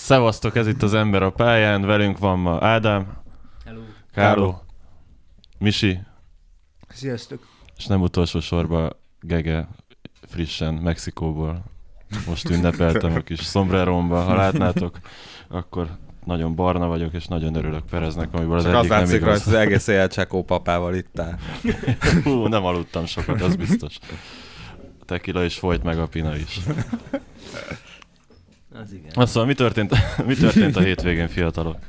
Szevasztok, ez itt az Ember a pályán, velünk van ma Ádám, Hello. Káro, Misi, Sziasztok! és nem utolsó sorban Gege, frissen Mexikóból. Most ünnepeltem a kis szombreromba, ha látnátok, akkor nagyon barna vagyok, és nagyon örülök Pereznek, amiből az csak egyik az nem igaz. az egész éjjel Csekó papával ittál. Nem aludtam sokat, az biztos. A tequila is folyt, meg a pina is. Az igen. Szóval mi történt a hétvégén, fiatalok?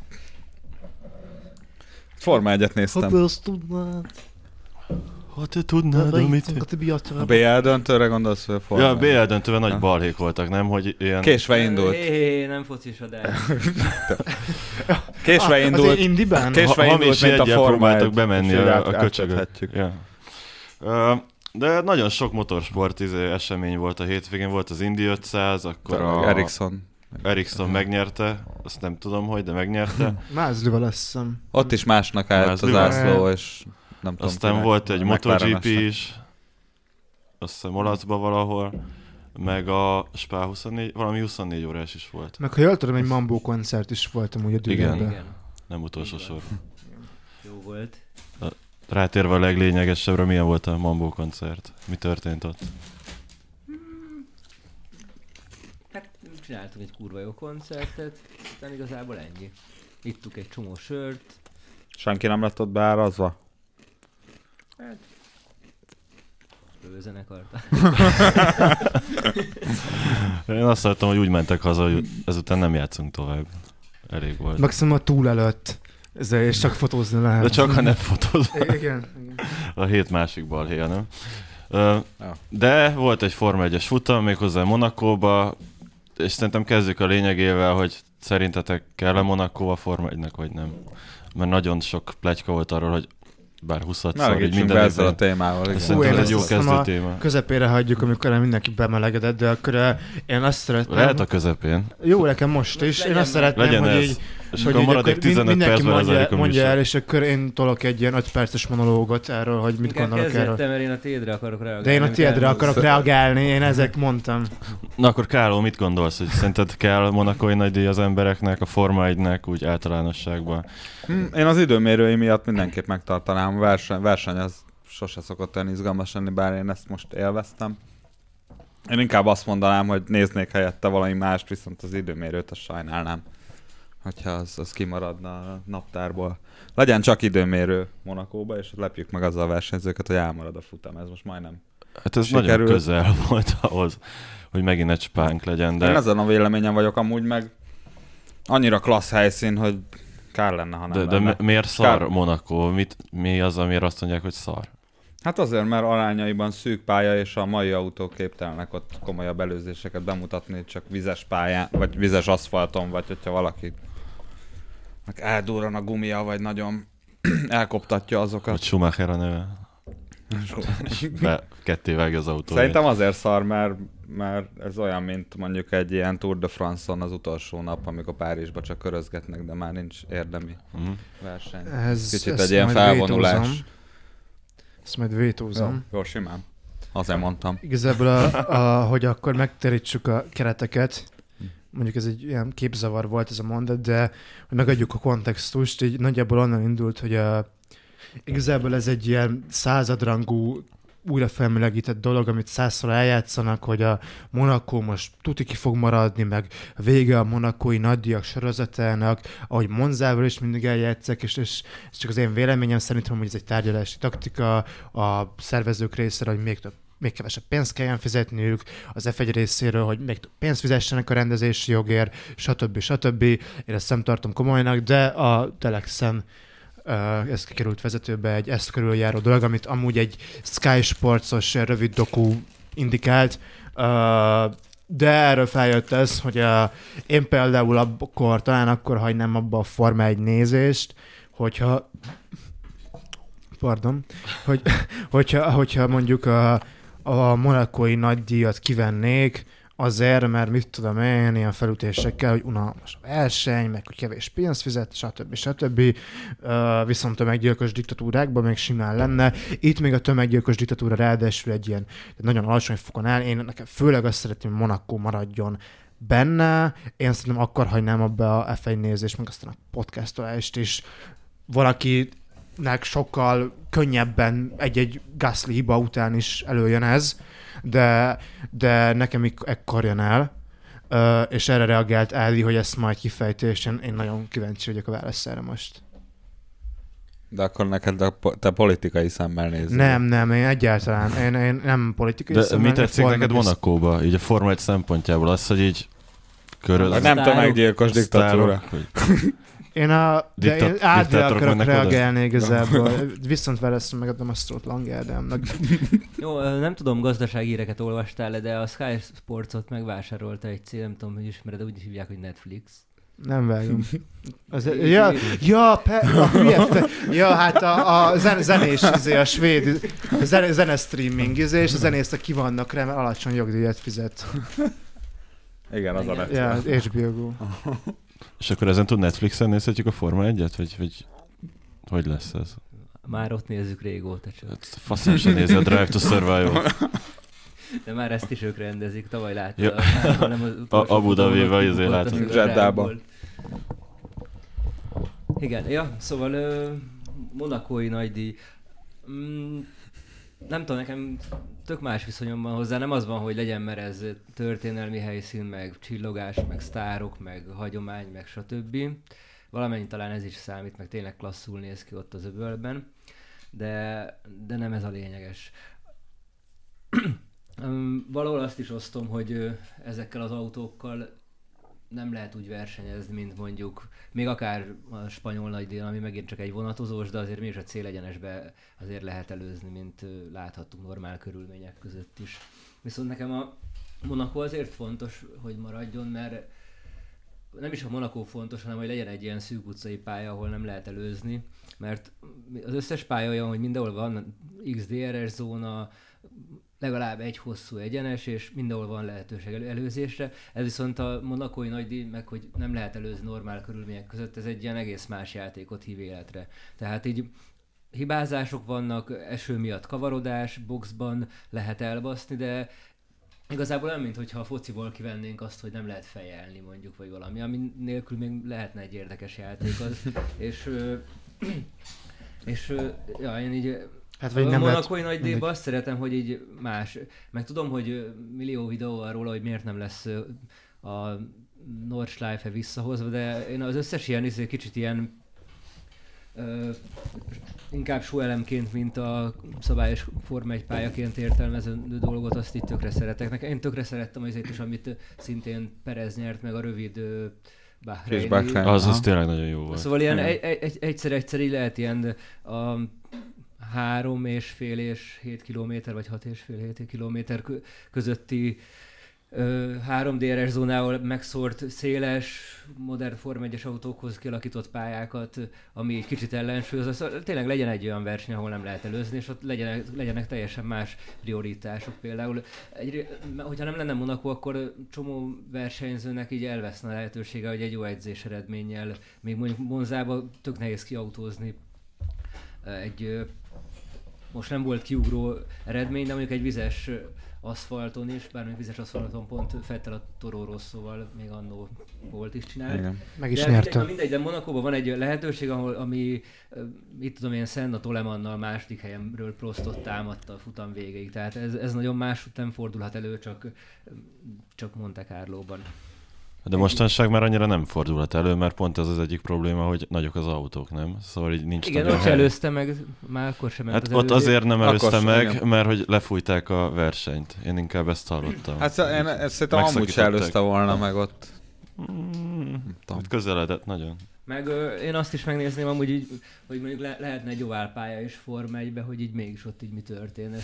Forma 1-et néztem. azt tudnád. Ha te tudnád, amit... A BL döntőre gondolsz, hogy a Forma Ja, a 1? BL döntőben nagy balhék voltak, nem? Hogy ilyen... Késve indult. Nem focis adás. Késve indult. Az Indiben? Késve indult, mint a Forma 1. próbáltak bemenni és a köcsögök. átköthetjük. Ja. De nagyon sok motorsport esemény volt a hétvégén, volt az Indy 500, akkor a Ericsson megnyerte, azt nem tudom hogy, de megnyerte. Mázlival azt hiszem. Ott is másnak állt az zászló, és nem tudom. Aztán volt egy MotoGP is, azt hiszem Olaszba valahol, meg a Spa 24, valami 24 órás is volt. Meg ha jól tudom, egy Mambo koncert is volt amúgy a Dürenben. Igen. Nem utolsó sor. Jó volt. Rátérve a leglényegesebbre, milyen volt a Mambo koncert? Mi történt ott? Hát csináltunk egy kurva jó koncertet, aztán igazából ennyi. Ittuk egy csomó sört. Senki nem lett ott beárazva? Hát... Zenekarta. Én azt láttam, hogy úgy mentek haza, hogy ezután nem játszunk tovább. Elég volt. Maximum a túl előtt. Ezzel és csak fotózni lehet. De csak ha nem fotóz. Igen. A hét másik balhéja, nem? De volt egy Forma 1-es futam, méghozzá Monacóba, és szerintem kezdjük a lényegével, hogy szerintetek kell-e Monaco a Forma 1-nek, vagy nem? Mert nagyon sok pletyka volt arról, hogy bár 20-szor, így minden ezzel a témával. Szerintem ez egy jó kezdő téma. Közepére hagyjuk, amikor mindenki bemelegedett, de akkor én azt szeretném... Lehet a közepén. Jó, nekem most is. Én azt szeretném, hogy így... És akkor maradék 15 percben az mondja el, és akkor én tolok egy ilyen 5 perces monológot erről, hogy mit gondolok erről. Mert én a tiédre akarok reagálni. De én a tiédre akarok reagálni, én ezek mondtam. Na akkor Káló, mit gondolsz, hogy szerinted kell monacói nagydíj az embereknek, a Forma 1-nek úgy általánosságban? Én az időmérői miatt mindenképp megtartanám. A verseny az sose szokott olyan izgalmas lenni, bár én ezt most élveztem. Én inkább azt mondanám, hogy néznék helyette valami mást, viszont az időmérőt azt sajnálnám, hogyha az kimaradna a naptárból. Legyen csak időmérő Monacóba, és lepjük meg azzal a versenyzőket, hogy elmarad a futam. Ez most majdnem hát ez sikerült. Nagyon közel volt ahhoz, hogy megint egy spánk legyen. De... Én ezen a véleményen vagyok amúgy, meg annyira klassz helyszín, hogy kár lenne, ha nem de miért szar Monaco? Mi az, amire azt mondják, hogy szar? Hát azért, mert arányaiban szűk pálya, és a mai autók képtelenek ott komolyabb előzéseket bemutatni, csak vizes pályán, vagy vizes aszfalton, vagy hogyha valaki eldurran a gumia, vagy nagyon elkoptatja azokat. Vagy Schumacher a neve. Ketté vágja az autót. Szerintem azért szar, mert ez olyan, mint mondjuk egy ilyen Tour de France-on az utolsó nap, amikor Párizsba csak körözgetnek, de már nincs érdemi verseny. Kicsit egy ilyen felvonulás. Ezt majd vétózom. Jó, simán. Azért mondtam. Igazából, hogy akkor megterítsük a kereteket, mondjuk ez egy ilyen képzavar volt ez a mondat, de hogy megadjuk a kontextust, így nagyjából onnan indult, hogy igazából ez egy ilyen századrangú újra felmelegített dolog, amit 100-szor eljátszanak, hogy a Monaco most tuti ki fog maradni, meg vége a monacói nagydíjak sorozatának, ahogy Monzával is mindig eljátszák, és ez csak az én véleményem szerintem, hogy ez egy tárgyalási taktika a szervezők részéről, hogy még kevesebb pénzt kelljen fizetniük, az F1 részéről, hogy még több pénzt fizessenek a rendezési jogért, stb. Én ezt nem tartom komolynak, de a Telexen ez kikerült vezetőbe egy ezt körüljáró dolog, amit amúgy egy Sky Sports-os rövid doku indikált, de erről feljött ez, hogy én például talán akkor hagynám abba a Forma 1 nézést, hogyha mondjuk a monacói nagydíjat kivennék, azért, mert mit tudom én, ilyen felütésekkel, hogy unalmas a verseny, meg hogy kevés pénzt fizet, stb. Viszont tömeggyilkos diktatúrákban még simán lenne. Itt még a tömeggyilkos diktatúra ráadásul egy ilyen nagyon alacsony fokon áll. Én nekem főleg azt szeretném, hogy Monaco maradjon benne. Én szerintem akkor hagynám abba a F1 nézést, meg aztán a podcastolást is. Valakinek sokkal könnyebben egy-egy Gasly hiba után is előjön ez, de nekem ekkor jön el. És erre reagált Ádi, hogy ezt majd kifejti, és én nagyon kíváncsi vagyok a válasz erre most. De akkor neked te politikai szemmel nézed. Nem, én egyáltalán. Én nem politikai de szemmel. mi tetszik neked Monacóba, így a Forma 1 szempontjából? Az, hogy így körül... Nem tömeggyilkos diktatúra. Én Ádra akarok reagálni igazából. No. Viszont választom megadom a szót Lange Ádámnak. Jó, nem tudom, gazdasági híreket olvastál, de a Sky Sports-ot megvásárolta egy cég, nem tudom, hogy ismered, de úgy hívják, hogy Netflix. Nem vágom. Hát a zenés, a svéd zenestreaming, és a zenészek ki vannak rá, mert alacsony jogdíjat fizet. Igen, az a Netflix. Ja, HBO Go. És akkor ezen tud Netflixen nézhetjük a Forma 1-et? Vagy hogy lesz ez? Már ott nézzük régóta csak. Hát faszom sem nézi a Drive to Survive. De már ezt is ők rendezik, tavaly láttad. Ja. Abu Dhabiba izé látom. Jeddában. Igen, ja, szóval monakói nagydíj. Nem tudom, nekem tök más viszonyom van hozzá, nem az van, hogy legyen, mert ez történelmi helyszín, meg csillogás, meg sztárok, meg hagyomány, meg stb. Valamennyi talán ez is számít, meg tényleg klasszul néz ki ott az öbölben, de nem ez a lényeges. Valahol azt is osztom, hogy ezekkel az autókkal nem lehet úgy versenyezni, mint mondjuk még akár a spanyol nagydíjon, ami megint csak egy vonatozós, de azért mégis a célegyenesbe azért lehet előzni, mint láthattuk normál körülmények között is. Viszont nekem a Monaco azért fontos, hogy maradjon, mert nem is a Monaco fontos, hanem hogy legyen egy ilyen szűk utcai pálya, ahol nem lehet előzni, mert az összes pálya olyan, hogy mindenhol van XDR-es zóna, legalább egy hosszú egyenes, és mindenhol van lehetőség előzésre. Ez viszont a monakói nagydíj, meg hogy nem lehet előzni normál körülmények között, ez egy ilyen egész más játékot hív életre. Tehát így hibázások vannak, eső miatt kavarodás, boxban lehet elbaszni, de igazából nem, mintha a fociból kivennénk azt, hogy nem lehet fejelni mondjuk, vagy valami, ami nélkül még lehetne egy érdekes játék az. és én így Hát, a monakói nagydíjban azt szeretem, hogy így más. Meg tudom, hogy millió videó van róla, hogy miért nem lesz a Nordschleife visszahozva, de én az összes ilyen kicsit ilyen inkább show-elemként, mint a szabályos Forma 1 pályaként értelmező dolgot, azt így tökre szeretek. Én tökre szerettem azért is, amit szintén Perez nyert, meg a rövid Bahrein. Az tényleg nagyon jó volt. Szóval ilyen egyszer így lehet ilyen a 3,5 és 7 kilométer, vagy 6,5-7 kilométer közötti 3DRS zónával megszórt széles, modern Forma 1-es autókhoz kialakított pályákat, ami egy kicsit ellensúlyozza. Szóval tényleg legyen egy olyan verseny, ahol nem lehet előzni, és ott legyenek teljesen más prioritások. Például, hogyha nem lenne Monaco, akkor csomó versenyzőnek így elveszne a lehetősége, hogy egy jó edzés eredménnyel, még mondjuk Monzába tök nehéz kiautózni most nem volt kiugró eredmény, de mondjuk egy vizes aszfalton is, bár még vizes aszfalton pont Vettel a Toro Rosszóval még annó volt is csinált. Igen. Meg is nyertem. Mindegy, de Monacóban van egy lehetőség, ami itt tudom én, Senna Tolemannal második helyenről Prostot támadta a futam végéig. Tehát ez nagyon máshogy nem fordulhat elő, csak Monte Carlóban. De mostanság már annyira nem fordulhat elő, mert pont ez az egyik probléma, hogy nagyok az autók, nem? Szóval így nincs. Igen, ott se előzte meg, már akkor sem ment hát az ott előzés. azért nem előzte meg, igen. mert hogy lefújták a versenyt. Én inkább ezt hallottam. Hát én ezt szerintem amúgy se előzte volna meg ott. Hát közeledett nagyon. Meg én azt is megnézném amúgy így, hogy mondjuk lehetne egy oválpálya is Forma 1-be, hogy így mégis ott így mi történne.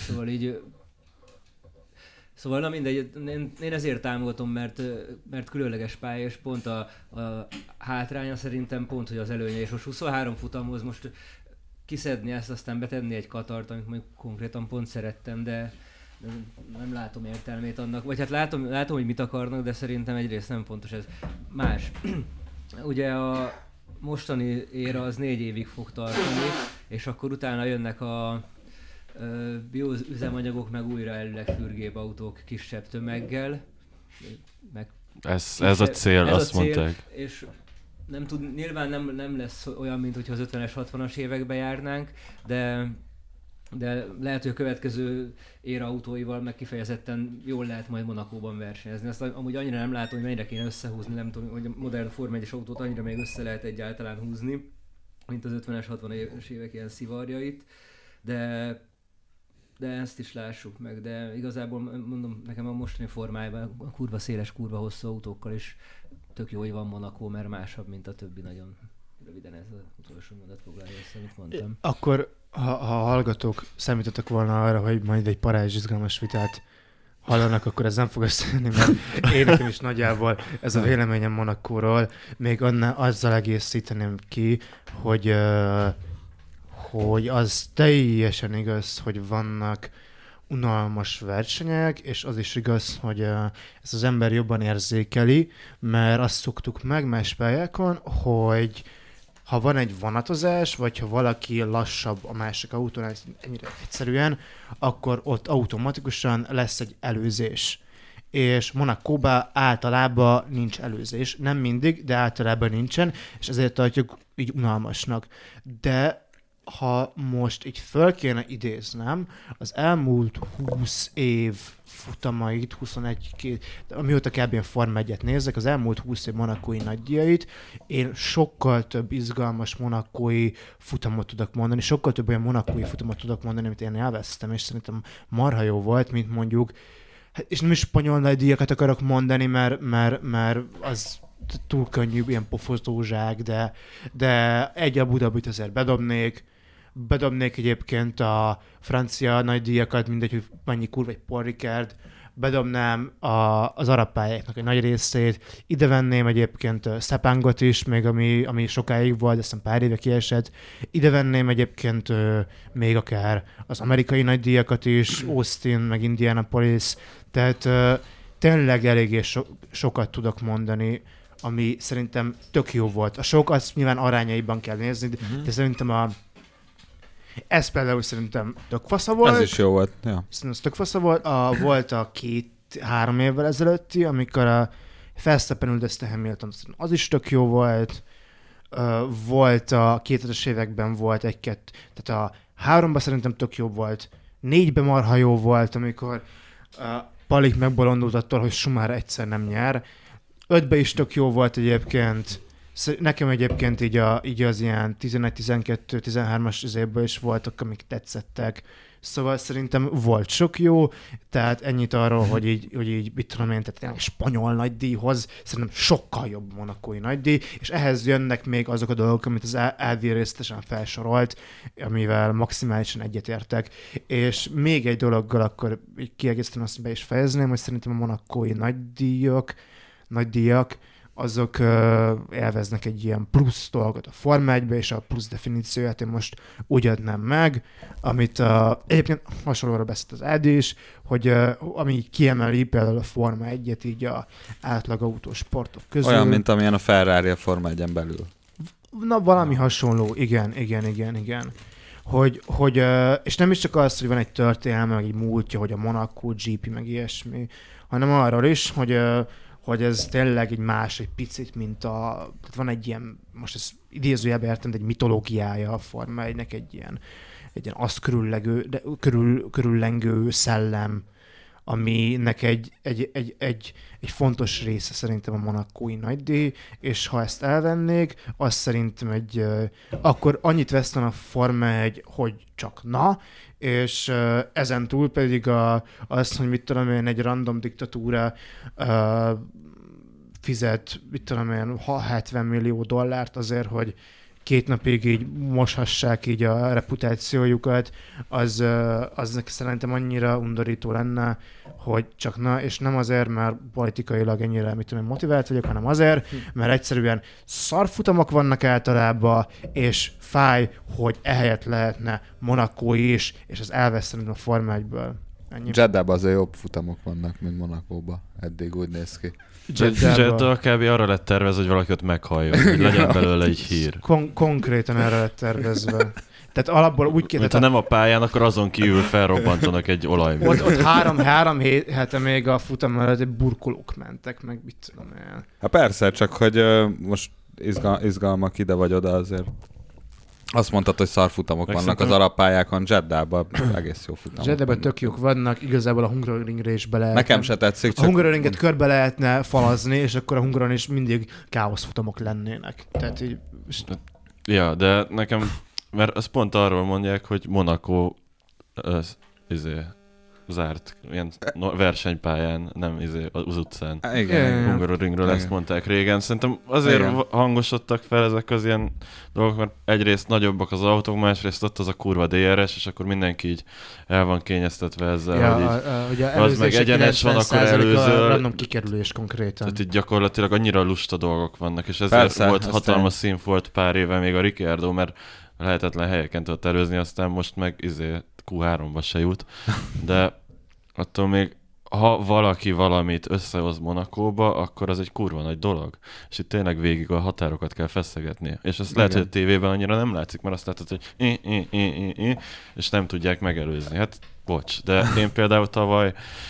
Szóval na mindegy, én ezért támogatom, mert különleges pálya, és pont a hátránya szerintem pont, hogy az előnye, és most 23 futamhoz most kiszedni ezt, aztán betenni egy Katart, amit mondjuk konkrétan pont szerettem, de nem látom értelmét annak, vagy hát látom, hogy mit akarnak, de szerintem egyrészt nem fontos ez. Más. Ugye a mostani éra az 4 évig fog tartani, és akkor utána jönnek a bioüzemanyagok, meg újra elvileg fürgébb autók kisebb tömeggel, meg Ez a cél, azt mondták. És nyilván nem lesz olyan, mint hogyha az 50-es, 60-as években járnánk, de lehet, hogy a következő éra autóival meg kifejezetten jól lehet majd Monacóban versenyezni. Azt amúgy annyira nem látom, hogy mennyire kéne összehúzni, nem tudom, hogy a modern Forma 1-es autót annyira még össze lehet egyáltalán húzni, mint az 50-es, 60-es évek ilyen szivarjait, de ezt is lássuk meg, de igazából mondom, nekem a mostani formájában a kurva széles, kurva hosszú autókkal is tök jó, hogy van Monaco, mert másabb, mint a többi. Nagyon röviden ez az utolsó mondat foglalja össze, amit mondtam. Akkor, ha hallgatók számítottak volna arra, hogy majd egy parázs izgalmas vitát hallanak, akkor ez nem fog összejönni, mert én nekem is nagyjából ez a véleményem Monacóról. Még azzal egészíteném ki, hogy az teljesen igaz, hogy vannak unalmas versenyek, és az is igaz, hogy ezt az ember jobban érzékeli, mert azt szoktuk meg más pályákon, hogy ha van egy vonatozás, vagy ha valaki lassabb a másik autón, ennyire egyszerűen, akkor ott automatikusan lesz egy előzés. És Monacóban általában nincs előzés. Nem mindig, de általában nincsen, és ezért tartjuk így unalmasnak. De ha most így föl kéne idéznem, az elmúlt 20 év futamait, 21, amióta kb. Ilyen Forma 1-et nézzek, az elmúlt 20 év monacói nagydíjait, én sokkal több izgalmas monacói futamot tudok mondani, sokkal több olyan monacói futamot tudok mondani, amit én elvesztem, és szerintem marha jó volt, mint mondjuk, és nem is spanyol nagydíjakat akarok mondani, mert az túl könnyű, ilyen pofozózsák, de egy Abu Dhabit azért bedobnék egyébként a francia nagydíjakat, mindegy, hogy mennyi kurva egy Paul Ricard, bedobnám az arab pályáknak egy nagy részét, ide venném egyébként Sepangot is, még ami sokáig volt, aztán pár éve kiesett, ide venném egyébként még akár az amerikai nagydíjakat is, Austin, meg Indianapolis, tehát tényleg eléggé sokat tudok mondani, ami szerintem tök jó volt. A sok, azt nyilván arányaiban kell nézni, de szerintem ez például szerintem tök fasza volt. Ez is jó volt, ja. Szerintem tök fasza volt. Volt a 2-3 évvel ezelőtti, amikor a Verstappen üldözte Hamilton, az is tök jó volt. Volt a 2000-es években volt egy-kettő, tehát a 3-ban szerintem tök jó volt. 4-ben marha jó volt, amikor Palik megbolondult attól, hogy Schumacher egyszer nem nyer. 5-ben is tök jó volt egyébként. Nekem egyébként így az ilyen 11-12-13-as izéből is voltak, amik tetszettek. Szóval szerintem volt sok jó, tehát ennyit arról, hogy így mit tudom én, tehát tényleg spanyol nagydíjhoz szerintem sokkal jobb monacói nagydíj, és ehhez jönnek még azok a dolgok, amit az Aldi részletesen felsorolt, amivel maximálisan egyetértek. És még egy dologgal akkor kiegészíteni azt be is fejezném, hogy szerintem a monacói nagydíjak, azok elveznek egy ilyen plusz dolgot a Forma 1-be, és a plusz definícióját én most úgy adnám meg, amit egyébként hasonlóra beszélt az Ádi is, hogy ami kiemeli például a Forma 1-et így a átlag autósportok közül. Olyan, mint amilyen a Ferrari a Forma 1-en belül. Na, valami hasonló, igen. Hogy és nem is csak az, hogy van egy történelme, meg egy múltja, hogy a Monaco GP, meg ilyesmi, hanem arról is, hogy ez tényleg egy picit, mint tehát van egy ilyen, most ezt idézőjelben értem, de egy mitológiája a Forma 1-nek, egy ilyen azt körüllengő szellem, aminek egy fontos része szerintem a monacói nagydíj, és ha ezt elvennék, azt szerintem akkor annyit veszten a Forma 1, hogy csak és ezen túl pedig azt, hogy mit tudom én, egy random diktatúra fizet, mit tudom én, $70 millió azért, hogy 2 napig így moshassák így a reputációjukat, az szerintem annyira undorító lenne, hogy csak és nem azért, mert politikailag ennyire, mit tudom én, motivált vagyok, hanem azért, mert egyszerűen szarfutamok vannak általában, és fáj, hogy ehelyett lehetne monacói is, és ez elvesz a Forma 1-ből. Jeddában azért jobb futamok vannak, mint Monacóban. Eddig úgy néz ki. Jeddah kb. Arra lett tervezve, hogy valaki ott meghalljon, hogy legyen belőle egy hír. Konkrétan erre lett tervezve. Tehát alapból úgy Mint ha nem a pályán, akkor azon kívül felrobbantanak egy olajművet. Ott három hete még a futam előtt burkolók mentek, meg mit tudom én. Hát persze, csak hogy most izgalmak ide vagy oda azért. Azt mondtad, hogy szarfutamok vannak az arab pályákon, Jeddában egész jó futamok. Jeddában tök jók vannak, igazából a Hungaroringre is be lehet. Nekem se tetszik, csak... A Hungaroringet körbe lehetne falazni, és akkor a Hungaron is mindig káoszfutamok lennének. Tehát így... Ja, de nekem, mert azt pont arról mondják, hogy Monaco zárt ilyen versenypályán, nem az utcán. Igen. Hungaroringről ezt mondták régen. Szerintem azért hangosodtak fel ezek az ilyen dolgok, mert egyrészt nagyobbak az autók, másrészt ott az a kurva DRS, és akkor mindenki így el van kényeztetve ezzel, hogy így, az meg egyenes van, akkor előzöl. Random kikerülés konkrétan. Tehát itt gyakorlatilag annyira lusta dolgok vannak, és ezért persze, volt hatalmas szín volt pár éve még a Ricciardo, mert lehetetlen helyeken tudott előzni, aztán most meg Q3-ba se jut, de attól még, ha valaki valamit összehoz Monacóba, akkor az egy kurva nagy dolog. És itt tényleg végig a határokat kell feszegetni. És ezt lehet, hogy a tévében annyira nem látszik, mert azt látod, hogy és nem tudják megelőzni. Hát, bocs, de én például tavaly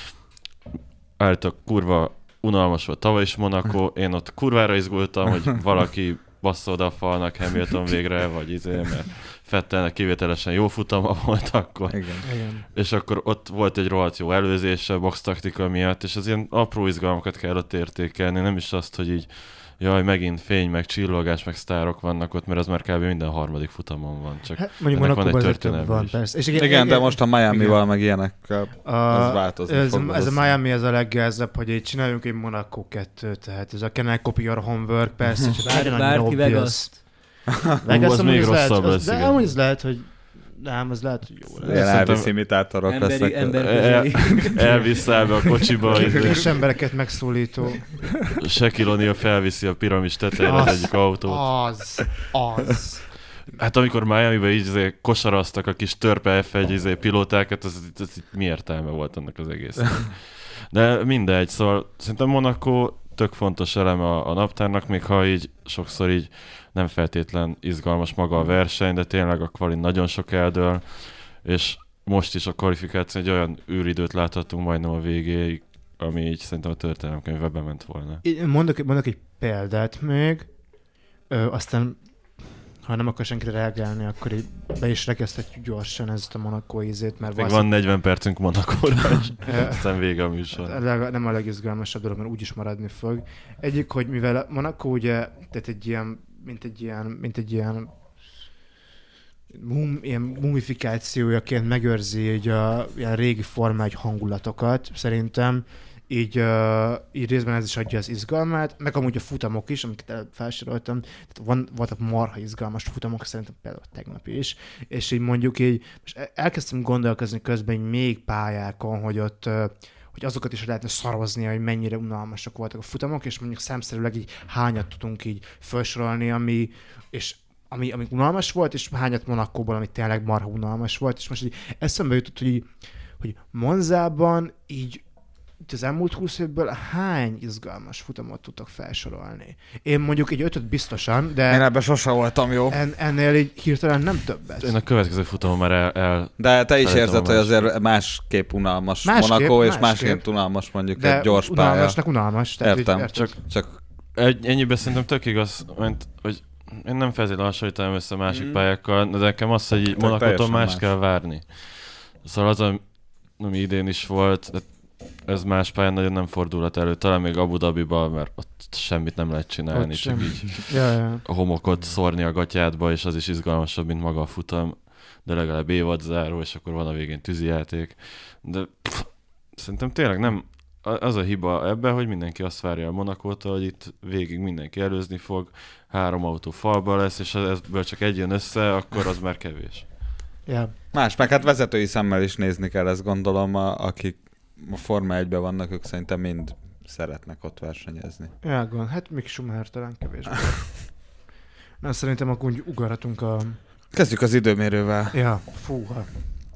állítok kurva unalmas volt tavaly is Monaco, én ott kurvára izgultam, hogy valaki bassza oda a falnak Hamilton végre, vagy mert Vettelnek kivételesen jó futama volt akkor. Igen. És akkor ott volt egy rohadt jó előzése, box taktika miatt, és az ilyen apró izgalmakat kell ott értékelni, nem is azt, hogy így jaj, megint fény, meg csillogás, meg sztárok vannak ott, mert az már kb. Minden harmadik futamon van. Csak hát, mondjuk ennek van egy történelme is. Persze. És igen, de most a Miami-val meg ilyenekkel az változni fog. Ez a Miami ez a leggázebb, hogy így csináljunk egy Monaco 2, tehát ez a can I copy your homework, persze, és bárki Vegas-t. Az még rosszabb lesz, igen. De amúgy ez lehet, hogy az lehet, hogy jó lesz. Ilyen Elvis imitátorok lesznek. Elvisszáll be a kocsiba. És embereket megszólító. Shaquille O'Neal felviszi a piramis tetejére az egyik autót. Az. Hát amikor Miami-ben így kosaraztak a kis törpe F1 pilótákat, az mi értelme volt annak az egésznek. De mindegy, szóval szerintem Monaco tök fontos eleme a naptárnak, még ha így sokszor így nem feltétlen izgalmas maga a verseny, de tényleg a kvalin nagyon sok eldől, és most is a kvalifikáció egy olyan űridőt láthatunk majdnem a végéig, ami így szerintem a történelemkönyvbe bement volna. Mondok egy példát még, aztán ha nem akar senkire reagálni, akkor így be is rekeszthetjük gyorsan ezt a Monaco ízét, mert még van 40 percünk Monacóra, aztán vége a műsor. Nem a legizgalmasabb dolog, mert úgyis maradni fog. Egyik, hogy mivel Monaco ugye, tehát egy ilyen, mint egy ilyen mumifikációjaként megőrzi így a ilyen régi Forma 1 hangulatokat, szerintem. Így részben ez is adja az izgalmát, meg amúgy a futamok is, amiket felsoroltam, voltak marha izgalmas futamok, szerintem például tegnap is, és így mondjuk így, most elkezdtem gondolkozni közben így még pályákon, hogy ott hogy azokat is lehetne szarozni, hogy mennyire unalmasak voltak a futamok, és mondjuk számszerűleg így hányat tudunk így felsorolni, ami unalmas volt, és hányat Monacóból, ami tényleg marha unalmas volt, és most így eszembe jutott, hogy Monzában így az elmúlt 20 évből hány izgalmas futamot tudtak felsorolni? Én mondjuk egy 5-öt biztosan, de... Én ebben sose voltam jó. Ennél így hirtelen nem többet. Én a következő futamon már De te is érzed, hogy azért másképp unalmas Monaco, és másképp unalmas mondjuk egy gyors pálya. Unalmasnak unalmas. Értem, csak... Ennyiben szerintem tök igaz, hogy én nem feltétlenül hasonlítanám össze másik pályákkal, de nekem az, hogy Monacótól más kell várni. Szóval az, ami idén is volt, ez más pályán nagyon nem fordulhat elő, talán még Abu Dhabiban, mert ott semmit nem lehet csinálni, ott csak így a homokot szórni a gatyádba, és az is izgalmasabb, mint maga a futam, de legalább évadzáró, és akkor van a végén tűzijáték. De szerintem tényleg nem az a hiba ebben, hogy mindenki azt várja a Monacótól, hogy itt végig mindenki előzni fog, 3 autó falba lesz, és ebből csak egy jön össze, akkor az már kevés. Yeah. Más, meg hát vezetői szemmel is nézni kell, ezt gondolom, akik a Forma 1-ben vannak, ők szerintem mind szeretnek ott versenyezni. Ja, hát Mick Schumacher talán kevésbé. Na, szerintem akkor úgy ugorhatunk a... Kezdjük az időmérővel. Ja, fúha.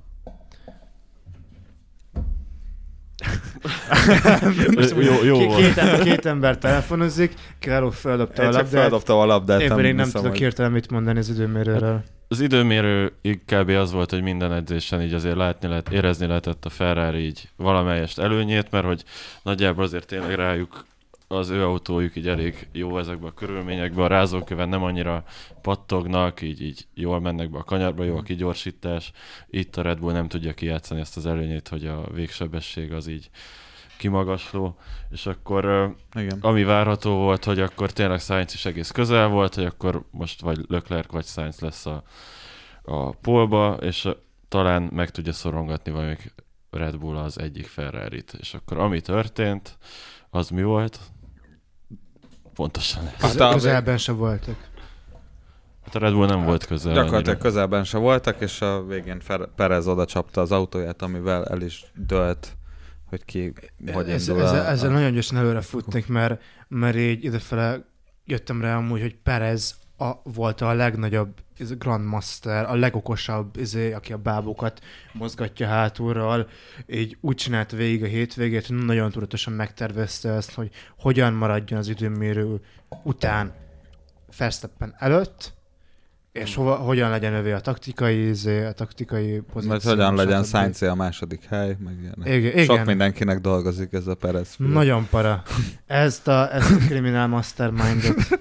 Jó. Két ember telefonozik, Káló feldobta a labdát. Feldobta a labdát. Én nem tudok hirtelen mit mondani az időmérőről. az időmérő kb. Az volt, hogy minden edzésen így azért érezni lehetett a Ferrari így valamelyest előnyét, mert hogy nagyjából azért tényleg rájuk az ő autójuk így elég jó ezekben a körülményekben, a rázóköven nem annyira pattognak, így jól mennek be a kanyarba, jó a kigyorsítás. Itt a Red Bull nem tudja kijátszani ezt az előnyét, hogy a végsebesség az így kimagasló, és akkor Igen. ami várható volt, hogy akkor tényleg Sainz is egész közel volt, hogy akkor most vagy Leclerc vagy Sainz lesz a pole-ba, és talán meg tudja szorongatni valamelyik Red Bull az egyik Ferrarit. És akkor ami történt, az mi volt? Pontosan ez. Közelben se voltak. Hát a Red Bull nem volt közel. Gyakorlatilag annyira. közelben se voltak, és a végén Perez oda csapta az autóját, amivel el is dölt, hogy ki hogy indul. Ezzel nagyon gyorsan előre futnék, mert így idefele jöttem rá amúgy, hogy Perez volt a legnagyobb Grandmaster, a legokosabb, aki a bábokat mozgatja hátulról, így úgy csinálta végig a hétvégét, hogy nagyon tudatosan megtervezte ezt, hogy hogyan maradjon az időmérő után Verstappen előtt, és hogyan legyen övé a taktikai pozíció. Mert hogyan legyen Sainz a második hely, meg ilyen. Igen. Sok mindenkinek dolgozik ez a Perez. Nagyon para. Ezt a Criminal Mastermindot.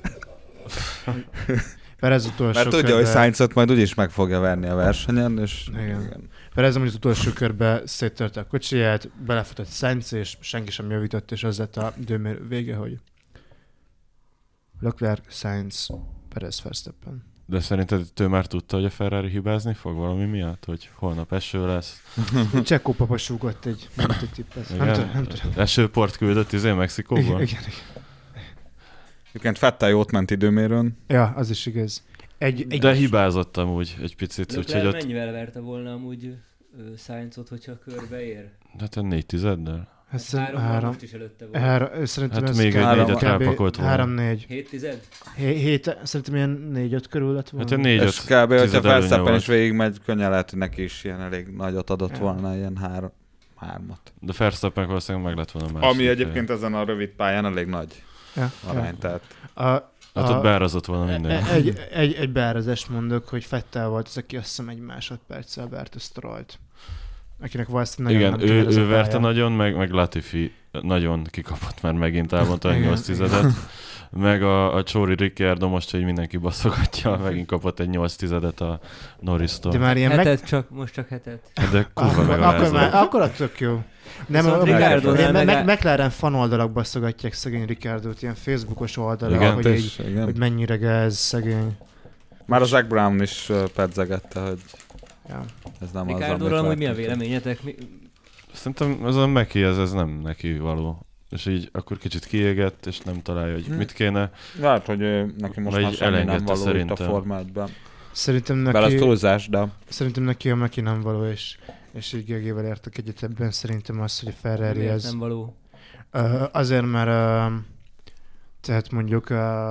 Perez utolsó mert tudja, hogy Sainzot majd úgyis meg fogja verni a versenyen, és... Igen. Perez amúgy az utolsó körbe széttörte a kocsiját, belefutott Sainz, és senki sem javított, és az lett a időmérő vége, hogy Leclerc, Sainz, Perez, Verstappen. De szerinted ő már tudta, hogy a Ferrari hibázni fog valami miatt? Hogy holnap eső lesz? Csekkó papa súgott egy tippet. Nem tudom. Esőport küldött Mexikóban? Igen. Egyébként Vettel jót ment időmérőn. Ja, az is igaz. De hibázott amúgy egy picit. Leclerc ott... mennyivel verte volna amúgy Sainzot, hogyha körbeér? Hát 4-10-del. Három most is előtte volt. Szerintem hát ez még egy 4-et rápakolt volna. 3-4. 7-10? Szerintem ilyen 4-5 körül lett volna. Hát 4-5. És kb. Hogyha Verstappen is végigmegy, könnyen lehet, hogy neki is ilyen elég nagyot adott volna, ilyen 3-at. De Verstappen valószínűleg meg lett volna másik. Ami egyébként ezen a rövid pályán elég nagy arány, tehát... Hát ott beárazott volna minden. Egy beárazást mondok, hogy Vettel volt az, aki azt hiszem egy másodperccel verte Strollt. Akinek valószínűleg nagyon igen, ő verte nagyon, meg Latifi nagyon kikapott, mert megint elmondta, hogy 8-10-et. Meg a Csóri Ricciardo most, hogy mindenki baszogatja, megint kapott egy 8-10-et a Norris-tól. De már ilyen most csak hetet. De kurva megalázó. Akkor a tök jó. Nem, McLaren fan oldalak baszogatják szegény Ricciardót, ilyen Facebookos oldalak, hogy mennyire gáz szegény. Már a Zac Brown is pedzegette, hogy ja. Ez nem Ricciardóról amúgy mi a véleményetek? Szerintem ez a Meki, ez nem neki való. És így akkor kicsit kiégett, és nem találja, hogy mit kéne. Lehet, hogy neki most már semmi nem való itt a formátban. Szerintem neki... Bele túlzás, de... Szerintem neki a Meki nem való, és így GG-vel értek egyet ebben. Szerintem az, hogy a Ferrari miért ez... nem való? Azért, mert tehát mondjuk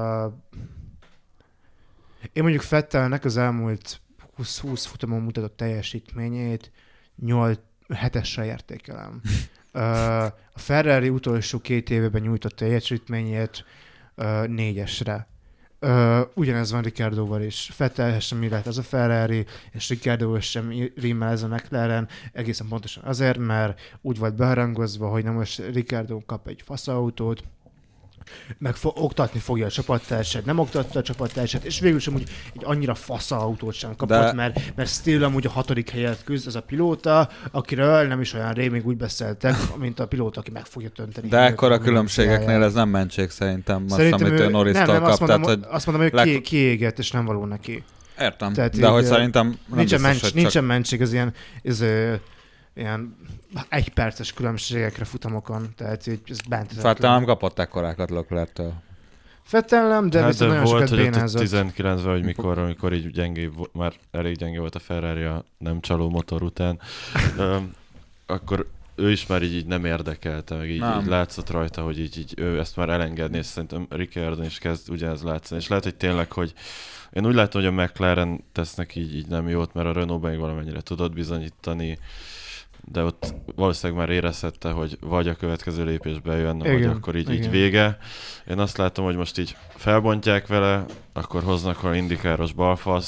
én mondjuk Vettelnek az elmúlt 20 futamon mutatott teljesítményét 7-esre értékelem. A Ferrari utolsó 2 évben nyújtott teljesítményét 4-esre. Ugyanez van Ricciardóval is. Vettel sem illet ez a Ferrari, és Ricciardóval sem rímel ez a McLaren, egészen pontosan azért, mert úgy volt beharangozva, hogy na most Ricciardo kap egy faszautót, meg oktatni fogja a csapattársát, nem oktatta a csapattársát, és végül sem úgy egy annyira fasza autót sem kapott, mert still amúgy a 6. helyet küzd az a pilóta, akiről nem is olyan rémig úgy beszéltek, mint a pilóta, aki meg fogja dönteni. De ekkor a különbségeknél ez nem mentség szerintem, azt, amit ő Norris-tól kap. Azt mondom, hogy kiégett, és nem való neki. Értem, tehát de hogy szerintem nincsen mentség, az ilyen 1 perces különbségekre futamokon, tehát így ez bántatatlan. Vettel nem kapott ekkorákat Leclerc-től. Vettel nem, de viszont nagyon volt, sokat bénázott. 19-ben, hogy amikor így gyengébb, már elég gyengé volt a Ferrari a nem csaló motor után, akkor ő is már így nem érdekelte, meg így látszott rajta, hogy így ő ezt már elengedni, és szerintem Ricciardo is kezd ugyanez látszani. És lehet, hogy tényleg, hogy én úgy látom, hogy a McLaren tesznek így nem jót, mert a Renault-ban még valamennyire tudott bizonyítani, de ott valószínűleg már érezhette, hogy vagy a következő lépésbe jön, vagy akkor így vége. Én azt látom, hogy most így felbontják vele, akkor hoznak a indikáros balfaszt,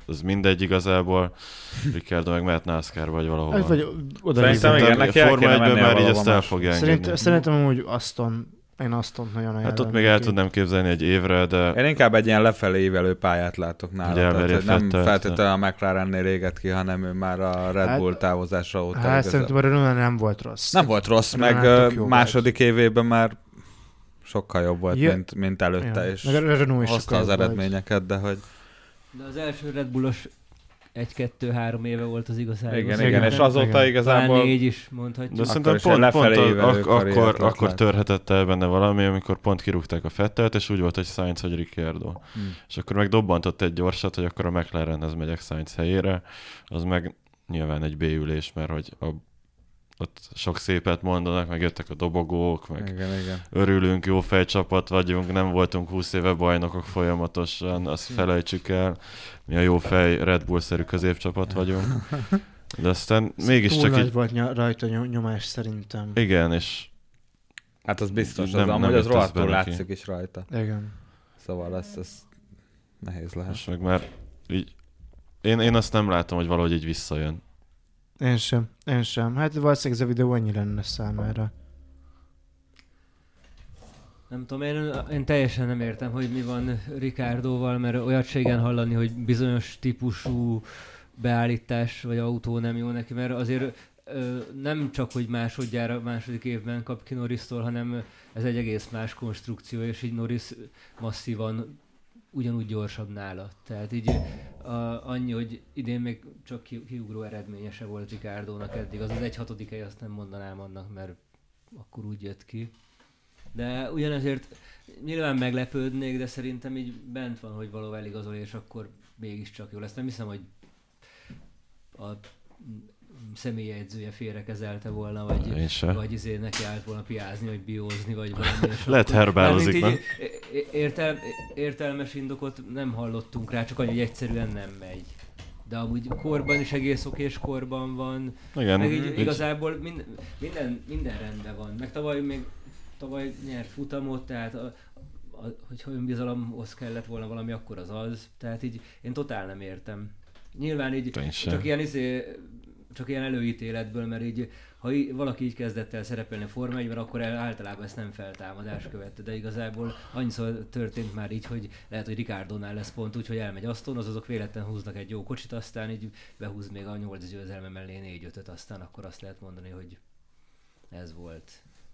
az mindegy igazából. Ricciardo meg mehet NASCAR vagy valahol. Vagy oda Szerintem igen, neki el Forma kéne 1-ben mennie már így valahova ezt el más. fogja engedni. Szerintem amúgy én Astont nagyon ajánlom. Hát ott még el tudnám képzelni egy évre, de... Én inkább egy ilyen lefelé ívelő pályát látok nála. Tehát, hogy nem Fettelt. feltétlenül a McLarennél réget ki, hanem ő már a Red Bull távozása óta. Hát szerintem a Renault nem volt rossz. Nem volt rossz, meg második évében már sokkal jobb volt, mint előtte, és hozta az eredményeket, de hogy... De az első Red Bullos 1-2-3 éve volt az igazából. Igen, és azóta igazából... Talán 4 is mondhatjuk. De szerintem pont akkor törhetett el benne valami, amikor pont kirúgták a Vettelt, és úgy volt, hogy Sainz vagy Ricciardo. És akkor meg dobbantott egy gyorsat, hogy akkor a McLarenhez megyek Sainz helyére, az meg nyilván egy B-ülés, mert hogy ott sok szépet mondanak, meg jöttek a dobogók, meg igen. Örülünk, jó fejcsapat vagyunk, nem voltunk 20 éve bajnokok folyamatosan, azt felejtsük el, mi a jó fej Red Bull-szerű középcsapat vagyunk. De aztán mégiscsak így... volt rajta nyomás szerintem. Igen, és... Hát az biztos, amúgy az rohadtul látszik is rajta. Igen. Szóval ez nehéz lehet. És meg már így... Én azt nem látom, hogy valahogy így visszajön. Én sem. Hát valószínűleg ez a videó annyi lenne számára. Nem tudom, én teljesen nem értem, hogy mi van Ricciardoval, mert olyat se igen hallani, hogy bizonyos típusú beállítás vagy autó nem jó neki, mert azért nem csak, hogy másodjára, második évben kap ki Norristól, hanem ez egy egész más konstrukció, és így Norris masszívan ugyanúgy gyorsabb nála. Tehát így annyi, hogy idén még csak kiugró eredményese volt Ricciardónak eddig. Az 1/6 hely, azt nem mondanám annak, mert akkor úgy jött ki. De ugyanezért nyilván meglepődnék, de szerintem így bent van, hogy való eligazol, és akkor mégiscsak jó lesz. Nem hiszem, hogy a személyjegyzője félrekezelte volna, vagy neki állt volna piázni, vagy biózni, vagy valami. Lehet herbálozik, nem? Értelmes indokot nem hallottunk rá, csak annyi, hogy egyszerűen nem megy. De amúgy korban is egész okés korban van. Igen. Meg így igazából minden rendben van. Meg tavaly nyert futamot, tehát hogyha önbizalomhoz kellett volna valami, akkor az. Tehát így én totál nem értem. Nyilván így csak ilyen előítéletből, mert így, ha valaki így kezdett el szerepelni a Forma 1-ben, akkor általában ezt nem feltámadás követte, de igazából annyiszor történt már így, hogy lehet, hogy Ricciardónál lesz pont úgy, hogy elmegy Aston, azok véletlenül húznak egy jó kocsit, aztán így behúz még a 8 győzelme mellé 4-5-öt, aztán akkor azt lehet mondani, hogy ez volt.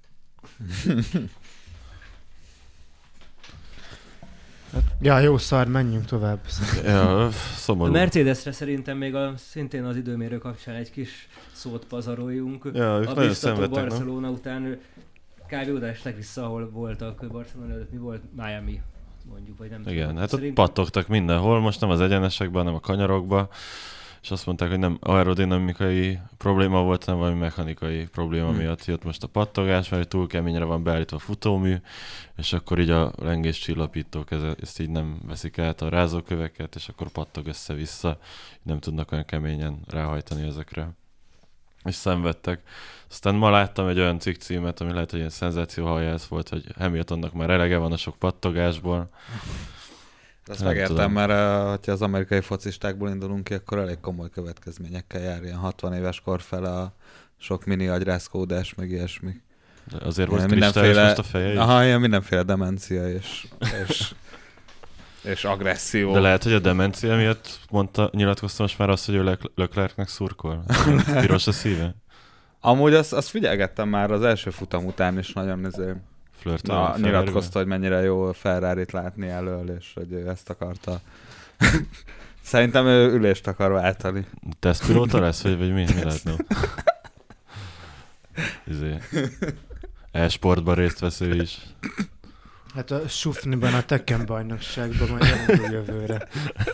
Ja, jó szar, menjünk tovább. Ja, szomorú. A Mercedesre szerintem még szintén az időmérő kapcsán egy kis szót pazaroljunk. Ja, ők a nagyon biztató szenvedtek, Barcelona után kb. Oda estek vissza, ahol voltak Barcelona előtt. Mi volt? Miami, mondjuk, vagy nem tudom. Igen, hát ott pattogtak mindenhol, most nem az egyenesekben, hanem a kanyarokban, és azt mondták, hogy nem aerodinamikai probléma volt, hanem valami mechanikai probléma miatt jött most a pattogás, mert túl keményre van beállítva a futómű, és akkor így a lengés csillapítók ezt így nem veszik át a rázóköveket, és akkor pattog össze-vissza, nem tudnak olyan keményen ráhajtani ezekre. És szenvedtek. Aztán ma láttam egy olyan cikk címet, ami lehet, hogy ilyen szenzációhajász volt, hogy Hamiltonnak már elege van a sok pattogásból. Ezt megértem, mert ha az amerikai focistákból indulunk ki, akkor elég komoly következményekkel jár, ilyen 60 éves kor fel a sok mini agyrázkódás, meg ilyesmi. De azért volt kristályos most a feje is? Aha, ilyen mindenféle demencia és agresszió. De lehet, hogy a demencia miatt nyilatkozta most már azt, hogy ő Leclercnek szurkol? Piros a szíve? Amúgy azt figyelgettem már az első futam után is nagyon nyilatkozta, hogy mennyire jó Ferrarit látni elől, és hogy ő ezt akarta. Szerintem ő ülést akar váltani. Tesztpilóta lesz, vagy mi lehetne? E-sportban részt vesz ő is. Hát a Sufniban, a Tekken bajnokságban majd elindul jövőre.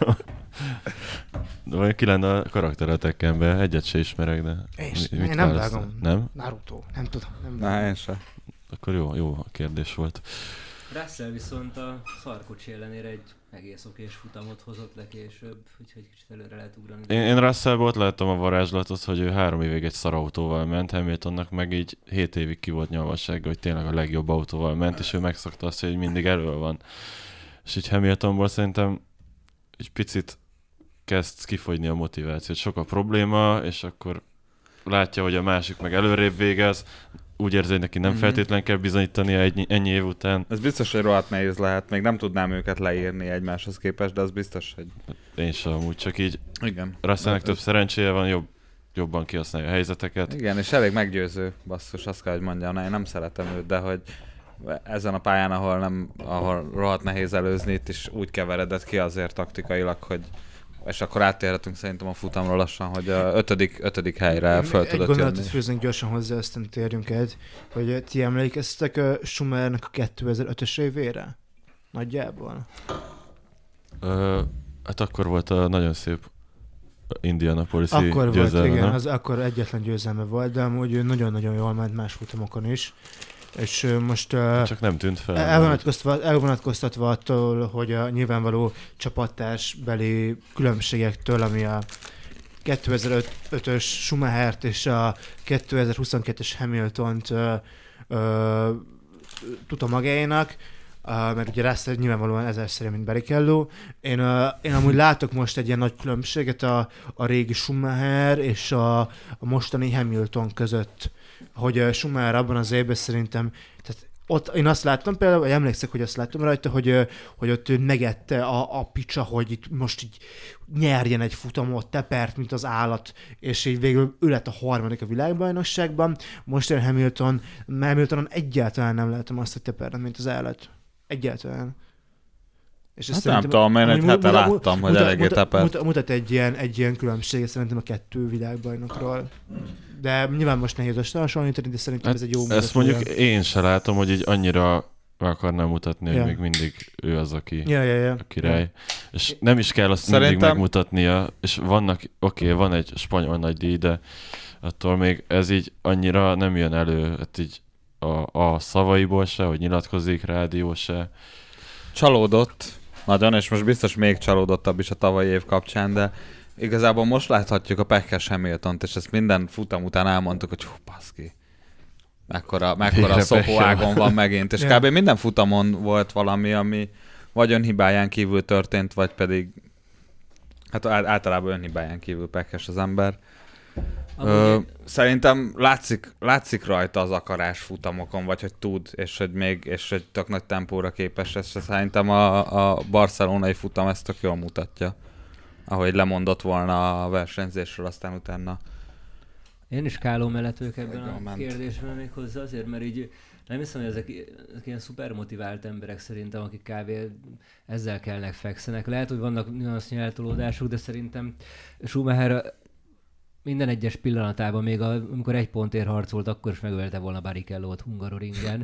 Vagy ki lenne a karakter a Tekkenben? Egyet se ismerek, de... Én nem vágom. Nem? Naruto. Nem tudom. Na, én sem. Akkor jó a kérdés volt. Russell viszont a szarkocsi ellenére egy egész okés futamot hozott le később, úgyhogy kicsit előre lehet ugrani. Én Russellból ott láttam a varázslatot, hogy ő 3 évig egy szarautóval ment, Hamiltonnak meg így 7 évig ki volt nyalvassága, hogy tényleg a legjobb autóval ment, és ő megszokta azt, hogy mindig elő van. És így Hamiltonból szerintem egy picit kezd kifogyni a motivációt. Sok a probléma, és akkor látja, hogy a másik meg előrébb végez, úgy érzi, hogy neki nem feltétlenül kell bizonyítania ennyi év után. Ez biztos, hogy rohadt nehéz lehet. Még nem tudnám őket leírni egymáshoz képest, de az biztos, hogy... Én sem amúgy, csak így igen. Russellnek több szerencséje van, jobban kihasználja a helyzeteket. Igen, és elég meggyőző, basszus, azt kell, hogy mondjam, én nem szeretem őt, de hogy ezen a pályán, ahol rohadt nehéz előzni, itt is úgy keveredett ki azért taktikailag, hogy és akkor áttérhetünk szerintem a futamról lassan, hogy a ötödik helyre föl tudott jönni. Egy gondolatot fűzünk gyorsan hozzá, aztán térjünk egy, hogy ti emlékeztek a Schumachernek a 2005-ös évére? Nagyjából? Hát akkor volt a nagyon szép Indianapolis-i akkor győzelme. Volt, igen, az akkor egyetlen győzelme volt, de amúgy nagyon-nagyon jól ment más futamokon is. És most csak nem tűnt fel. Elvonatkoztatva attól, hogy a nyilvánvaló csapattársbeli különbségektől, ami a 2005-ös Schumachert és a 2022-es Hamiltont tudta magáénak, mert ugye Russell nyilvánvalóan ezerszer, mint Barrichello. Én amúgy látok most egy ilyen nagy különbséget a régi Schumacher és a mostani Hamilton között, hogy Schumacher abban az évben szerintem, tehát ott én azt láttam például, vagy emlékszek, hogy azt láttam rajta, hogy ott ő megette a picsa, hogy itt most így nyerjen egy futamot, tepert, mint az állat, és így végül ő lett a harmadik a világbajnokságban. Most én Hamiltonon egyáltalán nem látom azt, hogy tepert, mint az állat. Egyáltalán. És hát nem tudom, én egy hete láttam, hogy eléggé tepert. Mutat egy ilyen különbséget szerintem a 2 világbajnokról. De nyilván most nehéz összehasonlítani, de szerintem ez egy jó ezt mondjuk én se látom, hogy így annyira akarnám mutatni, hogy még mindig ő az, aki a király. Ja. És nem is kell azt mindig megmutatnia, és van egy spanyol nagydíj, de attól még ez így annyira nem jön elő, hát így a szavaiból se, hogy nyilatkozik, rádió se. Csalódott nagyon, és most biztos még csalódottabb is a tavalyi év kapcsán, de igazából most láthatjuk a pekes Hamiltont, és ezt minden futam után elmondtuk, hogy baszki, mekkora szopóágon van megint, és kb. Minden futamon volt valami, ami vagy önhibáján kívül történt, vagy pedig hát általában önhibáján kívül pekes az ember. Szerintem látszik rajta az akarás futamokon, vagy hogy tud, és hogy tök nagy tempóra képes, és szerintem a barcelonai futam ezt tök jól mutatja, ahogy lemondott volna a versenyzésről, aztán utána. Én is Káló mellett vagyok ebben a kérdésben még hozzá azért, mert így nem hiszem, hogy ezek ilyen szuper motivált emberek szerintem, akik kb. Ezzel kelnek, fekszenek. Lehet, hogy vannak nüansznyi eltolódásuk, de szerintem Schumacher minden egyes pillanatában, még amikor egy pontért harcolt, akkor is megölte volna Barrichello-t Hungaroringen.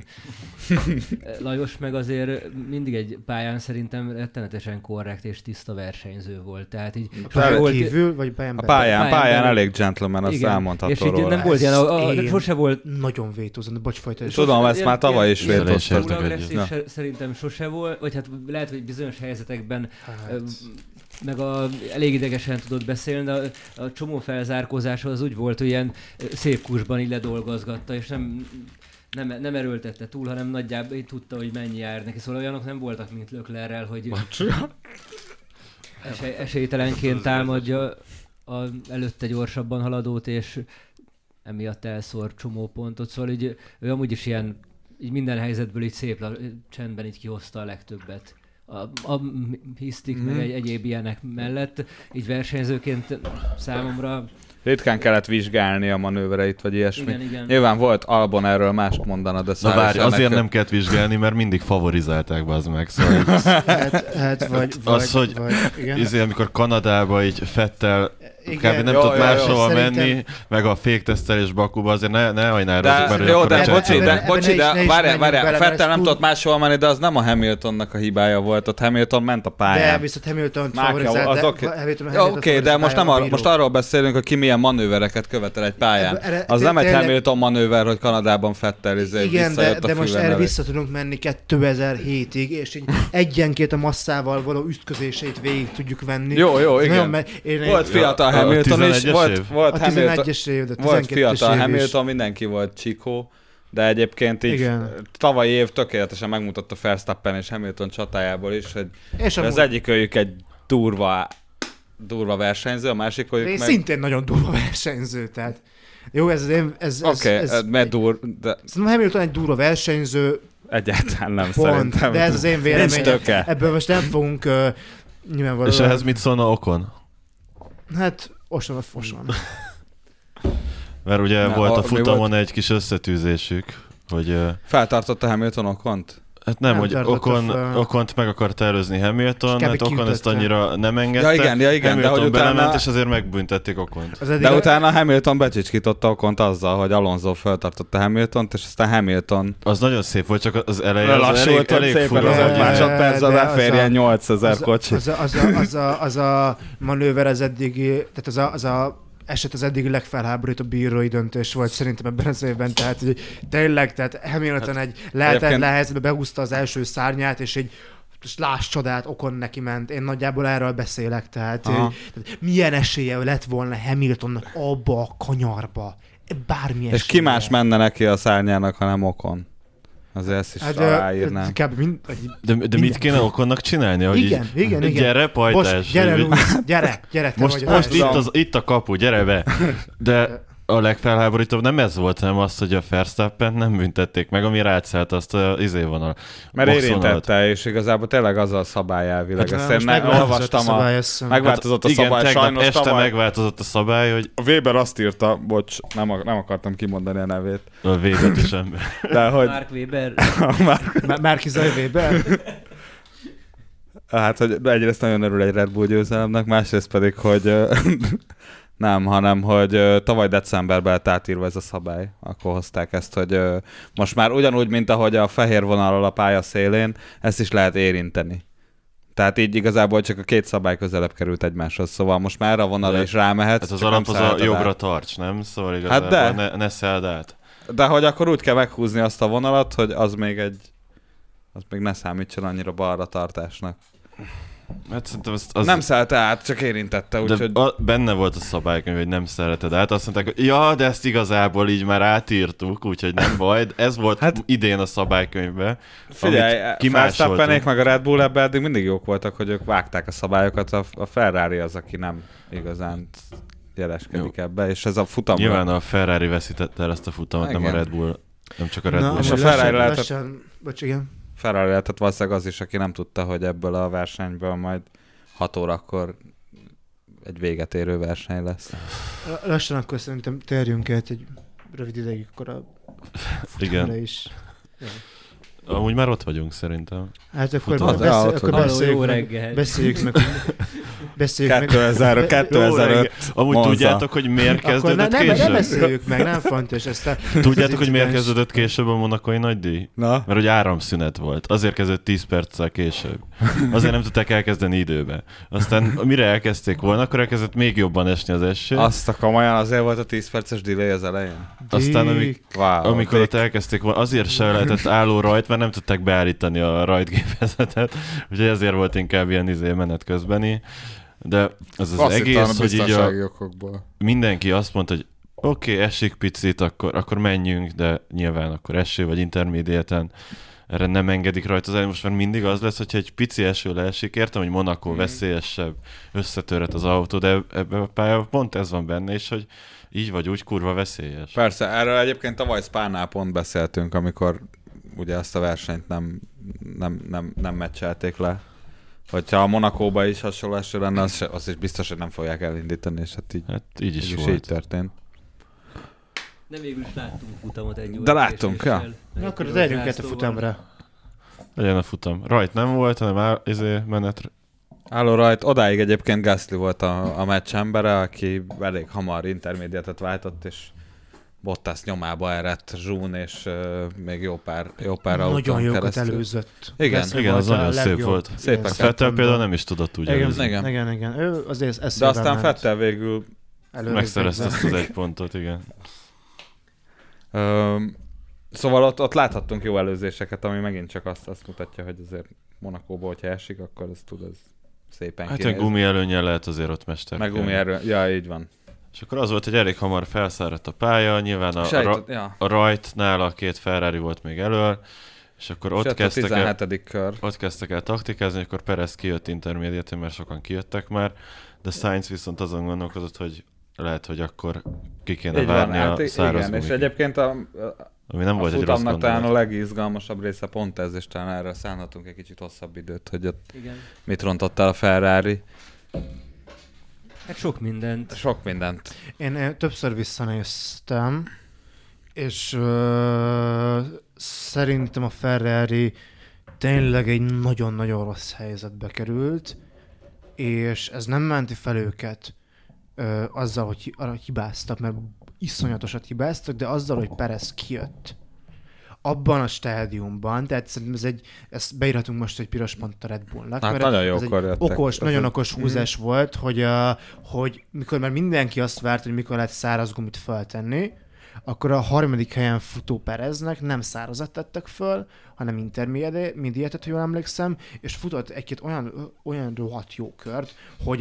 Lajos meg azért mindig egy pályán szerintem rettenetesen korrekt és tiszta versenyző volt. Tehát így kívül, vagy pályán? A pályán elég gentleman, azt elmondható és így nem volt ilyen, sose volt... Nagyon vétózom, bocsfajta. Tudom, ezt már tavaly is vétóztatok. Szerintem sose volt, vagy hát lehet, hogy bizonyos helyzetekben meg elég idegesen tudott beszélni, de a csomó felzárkózása az úgy volt, hogy ilyen szép kursban így ledolgozgatta, és nem erőltette túl, hanem nagyjából így tudta, hogy mennyi jár neki. Szóval olyanok nem voltak, mint Leclerrel, hogy esélytelenként támadja az előtte gyorsabban haladót, és emiatt elszór csomó pontot. Szóval így, ő amúgy is ilyen, így minden helyzetből így szép csendben így kihozta a legtöbbet. A hisztik, meg egyéb ilyenek mellett, így versenyzőként számomra... Ritkán kellett vizsgálni a manővereit, vagy ilyesmi. Igen. Nyilván volt Albon erről mást mondana, de na várj, azért nem kellett vizsgálni, mert mindig favorizálták be az meg. Szóval vagy amikor Kanadába így Fettel kb. Nem tudott máshova menni, meg a féktesztelés Bakuba, azért ne hajnálrozzuk, mert jó, bocsi, de várjál, Fettel nem tudott máshova menni, de az nem a Hamiltonnak a hibája volt, ott Hamilton ment a pályán. De viszont Hamilton favorizálta. Oké, de most arról beszélünk, hogy ki milyen manővereket követel egy pályán. Az nem egy Hamilton manőver, hogy Kanadában Fettel igen, de most erre vissza tudunk menni 2007-ig, és így egyenként a masszával való ütközéseit végig tudjuk venni. Jó, igen. Volt fiatal Hamilton is, volt fiatal Hamilton, mindenki volt Chico, de egyébként így tavalyi év tökéletesen megmutatta Verstappen és Hamilton csatájából is, hogy az egyikőjük egy durva durva versenyző, a másik hogy én szintén nagyon durva versenyző, tehát jó, ez Oké, mert de... Szerintem Hamilton egy durva versenyző, egyáltalán nem pont, szerintem. de ez az én véleményem. Ebből most nem fogunk nyilvánvalóan... És ehhez mit szólna Ocon? Hát, osan a foson. Mert ugye volt a futamon egy kis összetűzésük, hogy... Feltartotta Hamilton Ocont? Hát nem, hogy Ocont meg akarta előzni Hamilton, hát Ocon ezt annyira nem engedte. Ja, igen, Hamilton de hogy belement, utána... és azért megbüntették Ocont. De utána Hamilton becsicskította Ocont azzal, hogy Alonso feltartotta Hamiltont, és aztán Hamilton... Az nagyon szép volt, csak az eleje az elég fura. Az 5 másodpercben beférjen 8000 kocsi. Az a manőver az eddigi, tehát az a eset az eddigi legfelháborítóbb bírói döntés volt szerintem ebben az évben, tehát hogy tényleg, tehát Hamilton egy lehetetlen helyzetbe behúzta az első szárnyát, és egy láss csodát, Ocon neki ment. Én nagyjából erről beszélek, tehát milyen esélye lett volna Hamiltonnak abba a kanyarba, bármi esélye. És ki más menne neki a szárnyának, hanem Ocon? Azért ezt is aláírnám. De mit kéne Oconnak csinálni? Hogy igen. Gyere, pajtás. Most, gyere, te most itt a kapu, gyere be. De a legfelháborítóbb nem ez volt, hanem az, hogy a Verstappen nem büntették meg, ami rátszállt azt az izévonal. Mert érintette, és igazából tényleg az a szabály elvileg. Hát, ezt én olvastam, megváltozott a szabály. Igen, sajnos este megváltozott a szabály, hogy... A Weber azt írta, bocs, nem akartam kimondani a nevét. A Weber is ember. De hogy... Mark Weber. Márkizaj Weber. Hát, hogy egyrészt nagyon örül egy Red Bull győzelemnek, másrészt pedig, hogy... Nem, hanem hogy tavaly decemberben lett átírva ez a szabály. Akkor hozták ezt, hogy most már ugyanúgy, mint ahogy a fehér vonalról a pálya szélén, ezt is lehet érinteni. Tehát így igazából csak a két szabály közelebb került egymáshoz, szóval most már erre a vonalra is rámehetsz. Hát az alap az a jobbra tarts, nem? Szóval igazából hát ne szeld át. De hogy akkor úgy kell meghúzni azt a vonalat, hogy az még ne számítson annyira balra tartásnak. Hát szerintem nem szelte át, csak érintette, úgyhogy... Benne volt a szabálykönyv, hogy nem szereted át. Azt mondták, hogy ja, de ezt igazából így már átírtuk, úgyhogy nem baj. Ez volt idén a szabálykönyvben. Figyelj, Verstappenék meg a Red Bull ebben eddig mindig jók voltak, hogy ők vágták a szabályokat. A Ferrari az, aki nem igazán jeleskedik ebbe, és ez a futamra... Nyilván a Ferrari veszítette el ezt a futamot, nem a Red Bull. Nem csak a Red Bull. És a Ferrari lehetett... igen. Ferrari lehetett valószínűleg az is, aki nem tudta, hogy ebből a versenyből majd 6 órakor egy véget érő verseny lesz. Lassan akkor szerintem térjünk át egy rövid ideig akkor a futamra is. Ja. Amúgy már ott vagyunk szerintem. Hát akkor beszéljük meg. 2005. Amúgy Monza. Tudjátok, hogy miért kezdődött később? Nem beszéljük meg, nem fontos. Tudjátok, hogy miért kezdődött később a monakói nagydíj? Na? Mert hogy áramszünet volt. Azért kezdődött 10 perccel később. Azért nem tudták elkezdeni időbe. Aztán mire elkezdték volna, akkor elkezdett még jobban esni az eső. Azt a komolyan azért volt a 10 perces delay az elején? Aztán amikor ott elkezdték volna, azért se lehetett álló rajt, mert nem tudták beállítani a rajtgépezetet. Úgyhogy ezért volt inkább ilyen menet közbeni. De az egész, hogy így mindenki azt mondta, hogy oké, esik picit, akkor menjünk, de nyilván akkor eső vagy intermédiáten erre nem engedik rajta az elő. Most már mindig az lesz, hogyha egy pici eső leesik. Értem, hogy Monaco veszélyesebb, összetörhet az autó, de ebben a pályában pont ez van benne is, hogy így vagy úgy kurva veszélyes. Persze, erről egyébként tavaly Spánál pont beszéltünk, amikor ugye azt a versenyt nem meccselték le. Hogyha a Monakóba is hasonló eső lenne, az is biztos, hogy nem fogják elindítani, és hát így is volt. Így történt. De végül is láttunk futamot egy óra. De láttunk, ja. Na akkor térjünk át a futamra. Legyen a futam. Rajt nem volt, hanem menetre. Álló rajt. Odáig egyébként Gasly volt a meccs embere, aki elég hamar intermédiátet váltott, és Bottas nyomába erett Zsún, és még jó pár autón nagyon jókat előzött. Igen, az nagyon szép volt. Szépek. Fettel például nem is tudott úgy előzni. Igen. Ő azért eszébe de aztán Fettel végül megszerezte azt az egy pontot, igen. Szóval ott láthattunk jó előzéseket, ami megint csak azt mutatja, hogy azért Monakóból, hogyha esik, akkor ez tud szépen kinézni. Hát a gumi előnnyel lehet azért ott mester. Meg gumi erő, ja, így van. És akkor az volt, hogy elég hamar felszáradt a pálya, nyilván a rajtnál a két Ferrari volt még elől, és akkor ott kezdtek el taktikázni, akkor Perez kijött intermédiátén, mert sokan kijöttek már, de Sainz viszont azon gondolkodott, hogy lehet, hogy akkor ki kéne várni a száraz igen, és egyébként ami nem volt egy rossz futamnak talán a gondolat. legizgalmasabb része pont ez, és talán erre szánhatunk egy kicsit hosszabb időt, hogy ott Igen. mit rontott el a Ferrari. Hát sok mindent. Sok mindent. Én többször visszanéztem, és szerintem a Ferrari tényleg egy nagyon-nagyon rossz helyzetbe került, és ez nem menti fel őket azzal, hogy hibáztak, mert iszonyatosat hibáztak, de azzal, hogy Perez kijött abban a stádiumban, tehát szerintem ezt beírhatunk most egy piros pont a Red Bullnak, Hát mert nagyon ez jókor egy jöttek. nagyon okos húzás volt, hogy mikor már mindenki azt várt, hogy mikor lehet száraz gumit feltenni, akkor a 3. helyen futó Pereznek nem szárazat tettek föl, hanem intermediate-et, ha jól emlékszem, és futott egy-két olyan rohadt jó kört,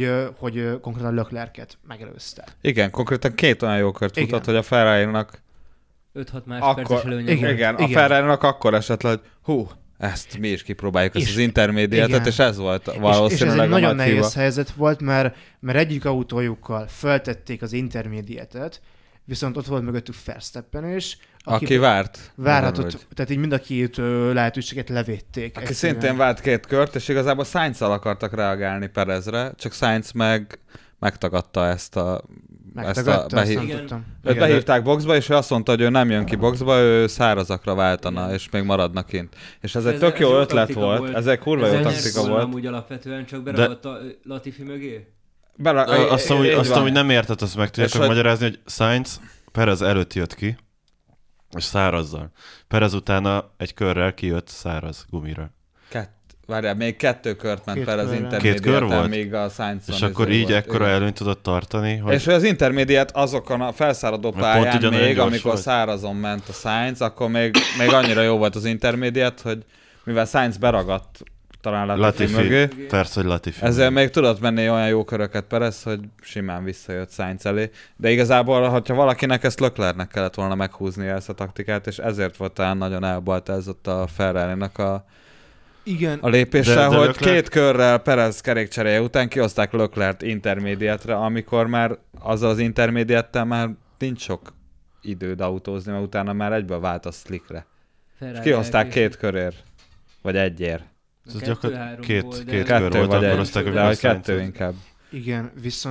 hogy konkrétan Leclerc-et megelőzte. Igen, konkrétan 2 olyan jó kört futott, Igen. hogy a Ferrari-nak 5-6 másodperces előnye volt. igen, a Ferrari-nak akkor esett le, hogy ezt mi is kipróbáljuk, ezt az intermediate-et, és ez volt valószínűleg és ez egy a nagyon nagy hiba. nehéz helyzet volt, mert egyik autójukkal feltették az intermediate-et, viszont ott volt mögöttük Verstappen is, Aki várt. várhatott, tehát így mind a két lehetőséget levédték. Aki szintén várt 2 kört, és igazából Sainz-al akartak reagálni Perezre, csak Sainz megtagadta ezt a... Megtagadta, azt nem Igen. tudtam. Őt behívták boxba, és ő azt mondta, hogy ő nem jön ki boxba, ő szárazakra váltana, Igen. és még maradnak kint. És ez egy Ez- tök ez jó jó ötlet taktika volt, volt. ez egy kurva jó Ez taktika volna volt. amúgy alapvetően csak beragadt a Latifi mögé? Azt amúgy nem érted, azt meg És tudjátok hogy- magyarázni, hogy Sainz Perez előtt jött ki, és szárazzal. Perez utána egy körrel kijött száraz gumira. Várjál, még 2 kört ment 2 fel az körrel. Két kör intermediate-en, volt? még a Sainz-on És akkor így ekkora előnyt tudott tartani, hogy... És hogy az intermediate azokon a felszáradó Mert pályán pont ugyanolyan még, gyors amikor volt. szárazon ment a Sainz, akkor még annyira jó volt az intermediate, hogy mivel Sainz beragadt talán Latifi mögé, Persze, hogy Latifi. ezzel még tudott menni olyan jó köröket Perez, hogy simán visszajött Sainz elé. De igazából, hogyha valakinek ezt Leclercnek kellett volna meghúznia ezt a taktikát, és ezért volt talán nagyon elbaltázott a Ferrari-nak a Igen, lépéssel, De hogy Leclerc- 2 körrel Perez kerékcseréje után kihozták Leclerc intermediate-re, amikor már azzal az intermediate-tel már nincs sok időd autózni, mert utána már egyből vált a slickre. És kihozták 2 körért. Vagy egyért. Ez gyakorlatilag két volt, kör Kettő volt, vagy akkor egy, hozták a de hogy Sainzot. 2 inkább. igen,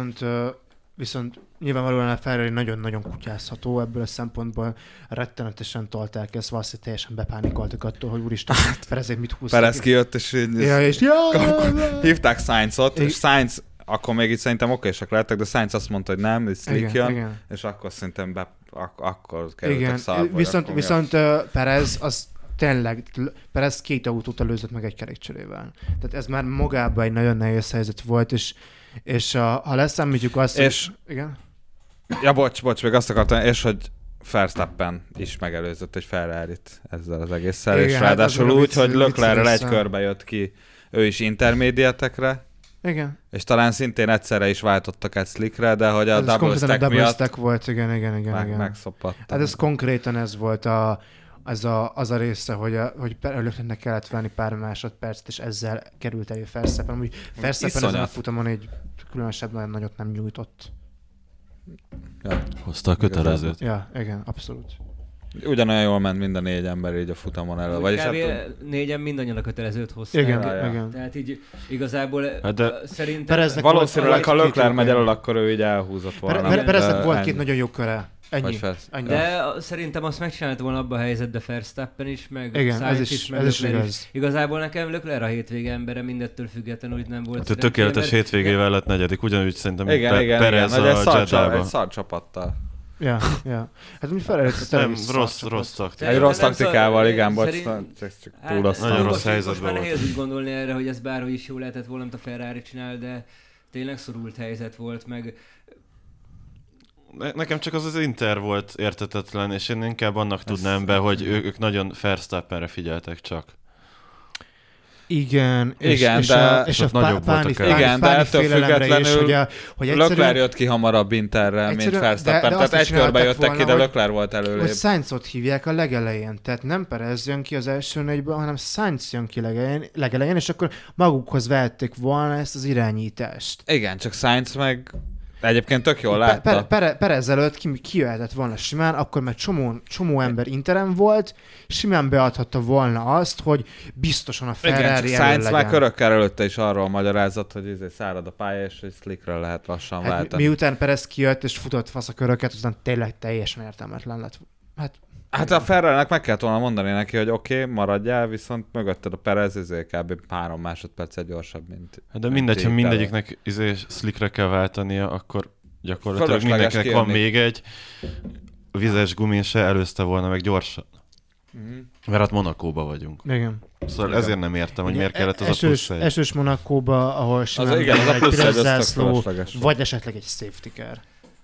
viszont nyilvánvalóan a Ferrari nagyon-nagyon kutyázható ebből a szempontból. Rettenetesen tolták ezt, valószínűleg teljesen bepánikoltak attól, hogy úristen, Perezék mit húztak. Perez kijött, és így és hívták Sainzot, és Sainz akkor még itt szerintem okésak lehettek, de Sainz azt mondta, hogy nem, hogy slick jön, igen. és akkor szerintem akkor kerültek Igen, szarba. viszont Perez az tényleg, Perez 2 autót előzött meg egy kerékcserével. Tehát ez már magában egy nagyon nehéz helyzet volt, és ha leszámítjuk azt, És- hogy... Igen? Ja, bocs, még azt akartam, és hogy Verstappen is megelőzött egy Ferrarit ezzel az egésszel, Igen, és hát ráadásul az úgy, vicc- hogy Leclerrel egy vicces. körbe jött ki, ő is intermediatekre, Igen. és talán szintén egyszerre is váltottak egy slickre, de hogy a Ez double konkrétan a stack double miatt stack volt, igen. megszoppadt. Hát ez konkrétan ez volt az a része, hogy Leclercnek kellett venni pár másodpercet, és ezzel került elő Verstappen. Úgy Verstappen ezen a Iszonyat. futamon egy különösebben nagyot nem nyújtott. Ja. Hozta a kötelezőt. Ja, igen, abszolút. Ugyanolyan jól ment mind a 4 ember így a futamon elő. Vagyis hát, négyen mindannyian a kötelezőt hozták. Igen, Ja. igen. Tehát így igazából Hát de- szerintem... Pereznek valószínűleg, ha volt két Leclerc jó megy köre. elől, akkor ő így elhúzott volna. Pereznek volt Ennyi. 2 nagyon jó köre. Ennyi. Vagy Fesz- Ennyi. De szerintem azt megcsinált volna abban a helyzetben Verstappen is, meg Igen, Sainz ez is meg Leclerc igaz. Igazából nekem Leclerc a hétvége embere, mindettől függetlenül úgy nem volt. Hát ő szerencsém, tökéletes mert- hétvégével lett negyedik, ugyanúgy szerintem, mint Igen, Perez hogy egy a Jeddába. szar csapattal. Ja. Hát úgy felelőtt Nem, rossz taktika. Egy rossz nem taktikával, szar- igen, bocs, szerint- csak Hát, túl azt nagyon most- rossz helyzetben most már volt. nehéz úgy gondolni erre, hogy ez bárhogy is jó lehetett volna, amit a Ferrari csinál, de tényleg szorult helyzet volt, meg Nekem csak az Inter volt értetetlen, és én inkább annak tudnám be, hogy ők nagyon Verstappenre figyeltek csak. Igen, Igen, és de a Páni félelemre is, hogy Leclerc jött ki hamarabb Interrel, mint Verstappen. Tehát egy körbe jöttek ki, de Leclerc volt előrébb. Hogy Sainzot hívják a legelején, tehát nem Perez jön ki az első négyből, hanem Sainz jön ki legelején, és akkor magukhoz vehették volna ezt az irányítást. Igen, csak Sainz meg egyébként tök jól látta. Perez előtt kijöhetett volna simán, akkor mert csomó ember Interen volt, simán beadhatta volna azt, hogy biztosan a Ferrari elő legyen. Sainz már körökkel előtte is arról magyarázott, hogy szárad a pálya, és hogy slickről lehet lassan váltani. Miután Perez kijött és futott fasz a köröket, aztán tényleg teljesen értelmetlen lett. Hát a Ferrarinek meg kellett volna mondani neki, hogy oké, maradjál, viszont mögötted a Perez kb. 3 másodperccel gyorsabb, mint... De mindegy, ha mindegyiknek slickre kell váltania, akkor gyakorlatilag mindenkinek van még egy vizes gumin se előzte volna meg gyorsan. Mert hát Monakóba vagyunk. Igen. Szóval ezért nem értem, hogy miért kellett az a plusz egy. Esős Monakóba, ahol simán egy piros zászló, vagy esetleg egy safety car.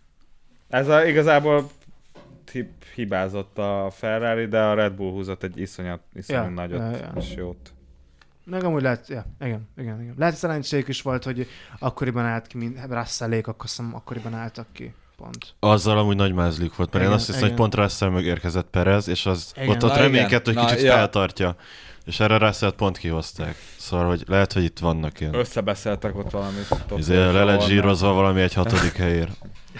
Ez igazából hibázott a Ferrari, de a Red Bull húzott egy iszonyú nagyot és jót. Meg amúgy lehet, igen. Lehet szerencséjük is volt, hogy akkoriban állt ki, mint Russellék, akkoriban álltak ki. Pont. Azzal amúgy nagy mázlik volt, mert én azt hiszem, hogy pont Russell megérkezett Perez, és az ott reménykedt, hogy kicsit feltartja. És erre Russellt pont kihozták. Szóval, hogy lehet, hogy itt vannak ilyen... Összebeszéltek ott valamit. Le lett zsírozva valami egy 6. helyért.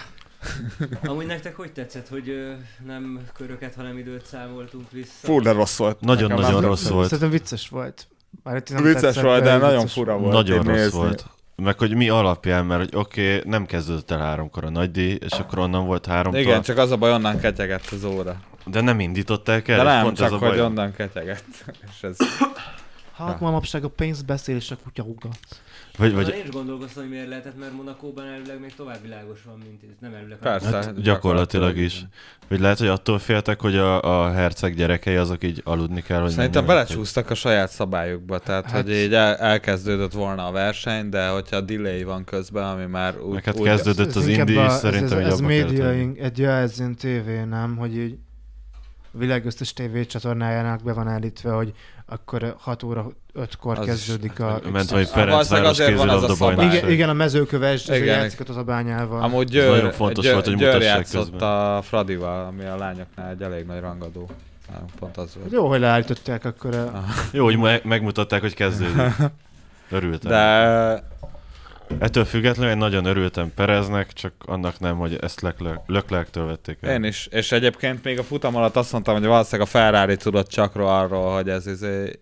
Amúgy nektek hogy tetszett, hogy nem köröket, hanem időt számoltunk vissza? Fú, de rossz volt. Nagyon rossz volt. Szerintem vicces volt. Vicces volt, de nagyon fura volt. Nagyon rossz volt. Meg hogy mi alapján, mert hogy oké, nem kezdődött el 3-kor a nagydíj, és akkor onnan volt 3-tól. Igen, csak az a baj, onnan ketyegett az óra. De nem indították el. De nem, pont csak ez a hogy baj. onnan ketyegett. És ez... Hát manapság a pénz beszél, és a kutya ugat. Vagy... Én is gondolkoztam, hogy miért lehetett, mert Monakóban elvileg még tovább világos van, mint itt. Nem elvileg. Persze. Hát gyakorlatilag is. Vagy lehet, hogy attól féltek, hogy a herceg gyerekei azok így aludni kell, hogy szerintem belecsúsztak a saját szabályukba, tehát hogy így elkezdődött volna a verseny, de hogyha delay van közben, ami már úgy... Meg hát kezdődött az Indi is, szerintem ez média, ez ilyen tévé, nem? Hogy így a világösszes tévécsatornájának be van állítva, hogy akkor 6 óra 5-kor kezdődik a... Ment, hogy Ferencváros kézilabda bajnokság. Igen, a mezőköves, ez játszik az a bányával. Amúgy nagyon fontos volt, hogy Győr mutassák játszott közben. A Fradival, ami a lányoknál egy elég nagy rangadó. Pont az volt. Jó, hogy leállították akkor. Jó, hogy megmutatták, hogy kezdődik. Örültem. De... Ettől függetlenül én nagyon örültem Pereznek, csak annak nem, hogy ezt Leclerc-től vették el. Én is. És egyébként még a futam alatt azt mondtam, hogy valószínűleg a Ferrari tudott csak arról, hogy ez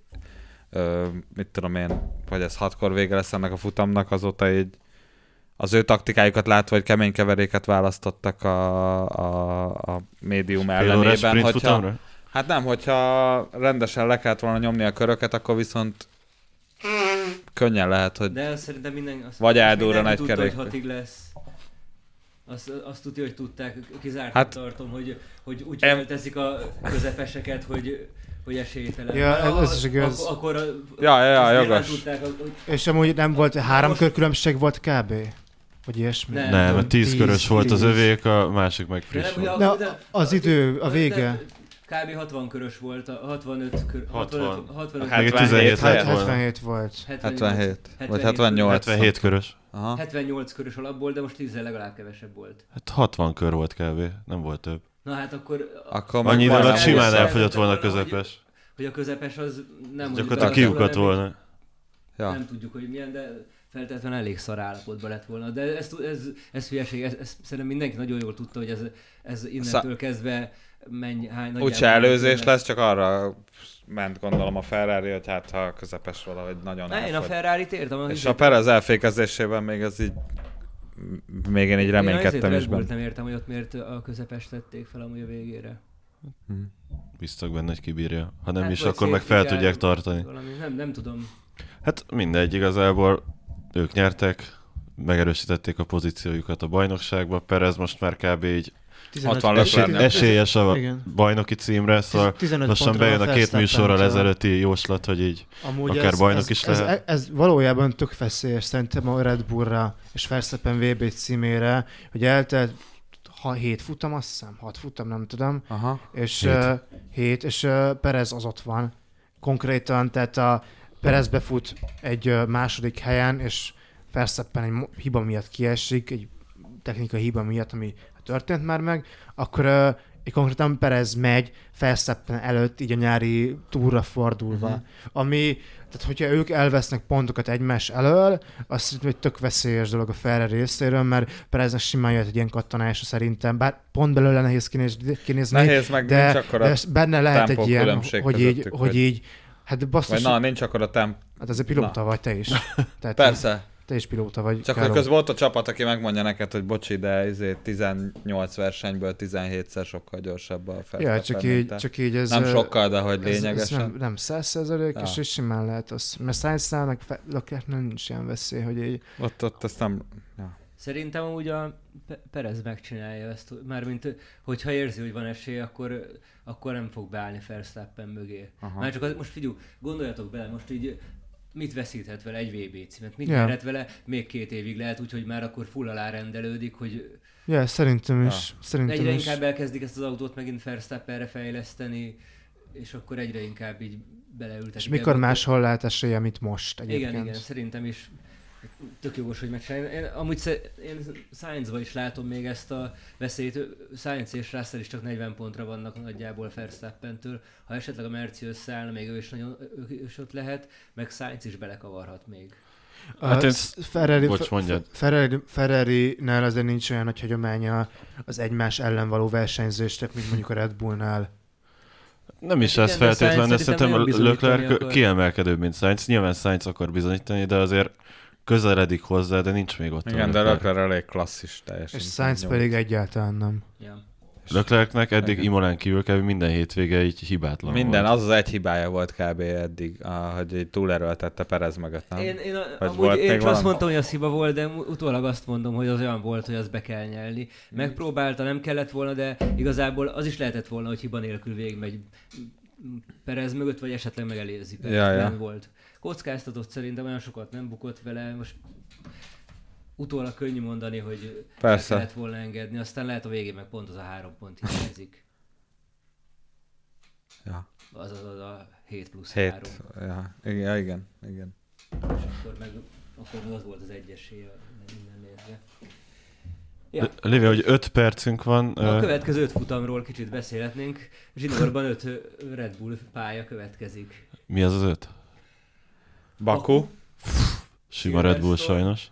mit tudom én, hogy ez 6-kor vége lesz ennek a futamnak, azóta így az ő taktikájukat látva, hogy kemény keveréket választottak a médium ellenében. Hogyha, hát nem, hogyha rendesen le kellett volna nyomni a köröket, akkor viszont könnyen lehet, hogy de szerintem vagy eldurran egy kerék. Hogy 6-ig lesz. Azt tudja, hogy tudták, kizártan hát, tartom, hogy úgy felteszik a közepeseket, hogy esélytelen. Ja, ez is igaz. Akkor jogos. Tudták, és amúgy nem volt, 3 kör különbség volt kb? Vagy ilyesmi? Nem, mert 10 körös volt az övék, a másik meg friss volt. De az idő, a vége. Kb. 60 körös volt, 65 kör. 65. 77 volt. 77. Vagy 78. 77 körös. Aha. 78 körös alapból, de most 10-zel legalább kevesebb volt. Hát 60 kör volt kb. Nem volt több. Na hát akkor annyira alatt simán elfogyott volna a közepes. Hogy a közepes az nem... Gyakorlatilag kiukat volna. Ja. Nem tudjuk, hogy milyen, de feltétlenül elég szar állapotban lett volna. De ez hülyeség, ezt szerintem mindenki nagyon jól tudta, hogy ez innentől kezdve úgyse előzés lesz, csak arra ment gondolom a Ferrari, hogy hát ha közepes valahogy nagyon elfogy. Én a Ferrari-t értem. És a Perez elfékezésében még ez így még én így reménykedtem is benne. Nem értem, hogy ott miért a közepes tették fel amúgy a végére. Biztos benne, hogy kibírja. Ha nem hát is, akkor meg fel tudják tartani. Valami, nem tudom. Hát mindegy, igazából ők nyertek, megerősítették a pozíciójukat a bajnokságba. Perez most már kb. Így 60 esélyes a bajnoki címre, szóval lassan bejön a 2 műsorral ezelőtti jóslat, hogy így amúgy akár bajnok is lehet. Ez valójában tök veszélyes szerintem a Red Bullra és Verstappen VB címére, hogy eltelt 7 futam, azt hiszem, 6 futam, nem tudom, és 7, és Perez az ott van. Konkrétan, tehát Perez befut egy második helyen, és Verstappen egy hiba miatt kiesik, egy technikai hiba miatt, ami történt már meg, akkor konkrétan Perez megy Verstappen előtt így a nyári túra fordulva. Ami, tehát hogyha ők elvesznek pontokat egymás elől, azt szerintem egy tök veszélyes dolog a Ferrari részéről, mert Pereznek simán jött egy ilyen kattanása szerintem, bár pont belőle nehéz kinézni. Nehéz, meg de, nincs akkora de benne lehet egy ilyen, hogy így, hát basszus. Vagy nincs akkora Hát ez a pilóta vagy te is. Tehát persze. Te is pilóta vagy. Csak hogy közben ott a csapat, aki megmondja neked, hogy bocsi, de 18 versenyből 17-szer sokkal gyorsabb a Verstappen. Ja, csak így ez... Nem sokkal, de hogy lényegesen. Ez nem 100%, és simán lehet az. Mert Sainz-nak Leclercnek nincs ilyen veszély, hogy így... Ott ezt nem... Ja. Szerintem amúgy a Perez megcsinálja ezt, mármint, hogyha érzi, hogy van esély, akkor nem fog beállni Verstappen mögé. Már csak most figyelj, gondoljatok bele, most így mit veszíthet vele egy VB címet? Mit nyerhet vele? Még 2 évig lehet, úgyhogy már akkor full alá rendelődik, hogy... Ja, szerintem is. Egyre inkább elkezdik ezt az autót megint Verstappenre fejleszteni, és akkor egyre inkább így beleültetik. És mikor máshol lehet esélye, mint most egyébként? Igen, szerintem is tök jogos, hogy megcsinálni. Én Sainzba is látom még ezt a veszélyt. Sainz és Russell is csak 40 pontra vannak nagyjából Verstappentől. Ha esetleg a Merci összeállna, még ő is ott lehet, meg Sainz is belekavarhat még. Ferrari-nál azért nincs olyan nagy hagyománya az egymás ellen való versenyzéstek, mint mondjuk a Red Bullnál. Nem is ez feltétlenül, szerintem Leclerc kiemelkedőbb, mint Sainz. Nyilván Sainz akar bizonyítani, de azért közeledik hozzá, de nincs még ott. Igen, de Leclerc elég klasszis teljesen. És Sainz pedig egyáltalán nem. Ja. Leclercnek eddig Imolán kívül kb. Minden hétvége így hibátlan minden, volt. az egy hibája volt kb. Eddig, hogy túlerőltette Perez mögött, nem? Én csak azt mondtam, hogy az hiba volt, de utólag azt mondom, hogy az olyan volt, hogy azt be kell nyelni. Megpróbálta, nem kellett volna, de igazából az is lehetett volna, hogy hiba nélkül végigmegy Perez mögött, vagy esetleg megelézi Perez. Nem volt. Kockáztatott szerintem, olyan sokat nem bukott vele, most utólag könnyű mondani, hogy kellett volna engedni, aztán lehet a végén meg pont az a 3 pont hiányzik. Ja. Az a 7+3. Ja, igen. És akkor meg az volt az egyesély minden nézve. Ja. Lévi, hogy 5 percünk van. A következő 5 futamról kicsit beszélhetnénk. Zsinórban 5 Red Bull pálya következik. Mi az 5? Baku. Sima Red Bull sajnos.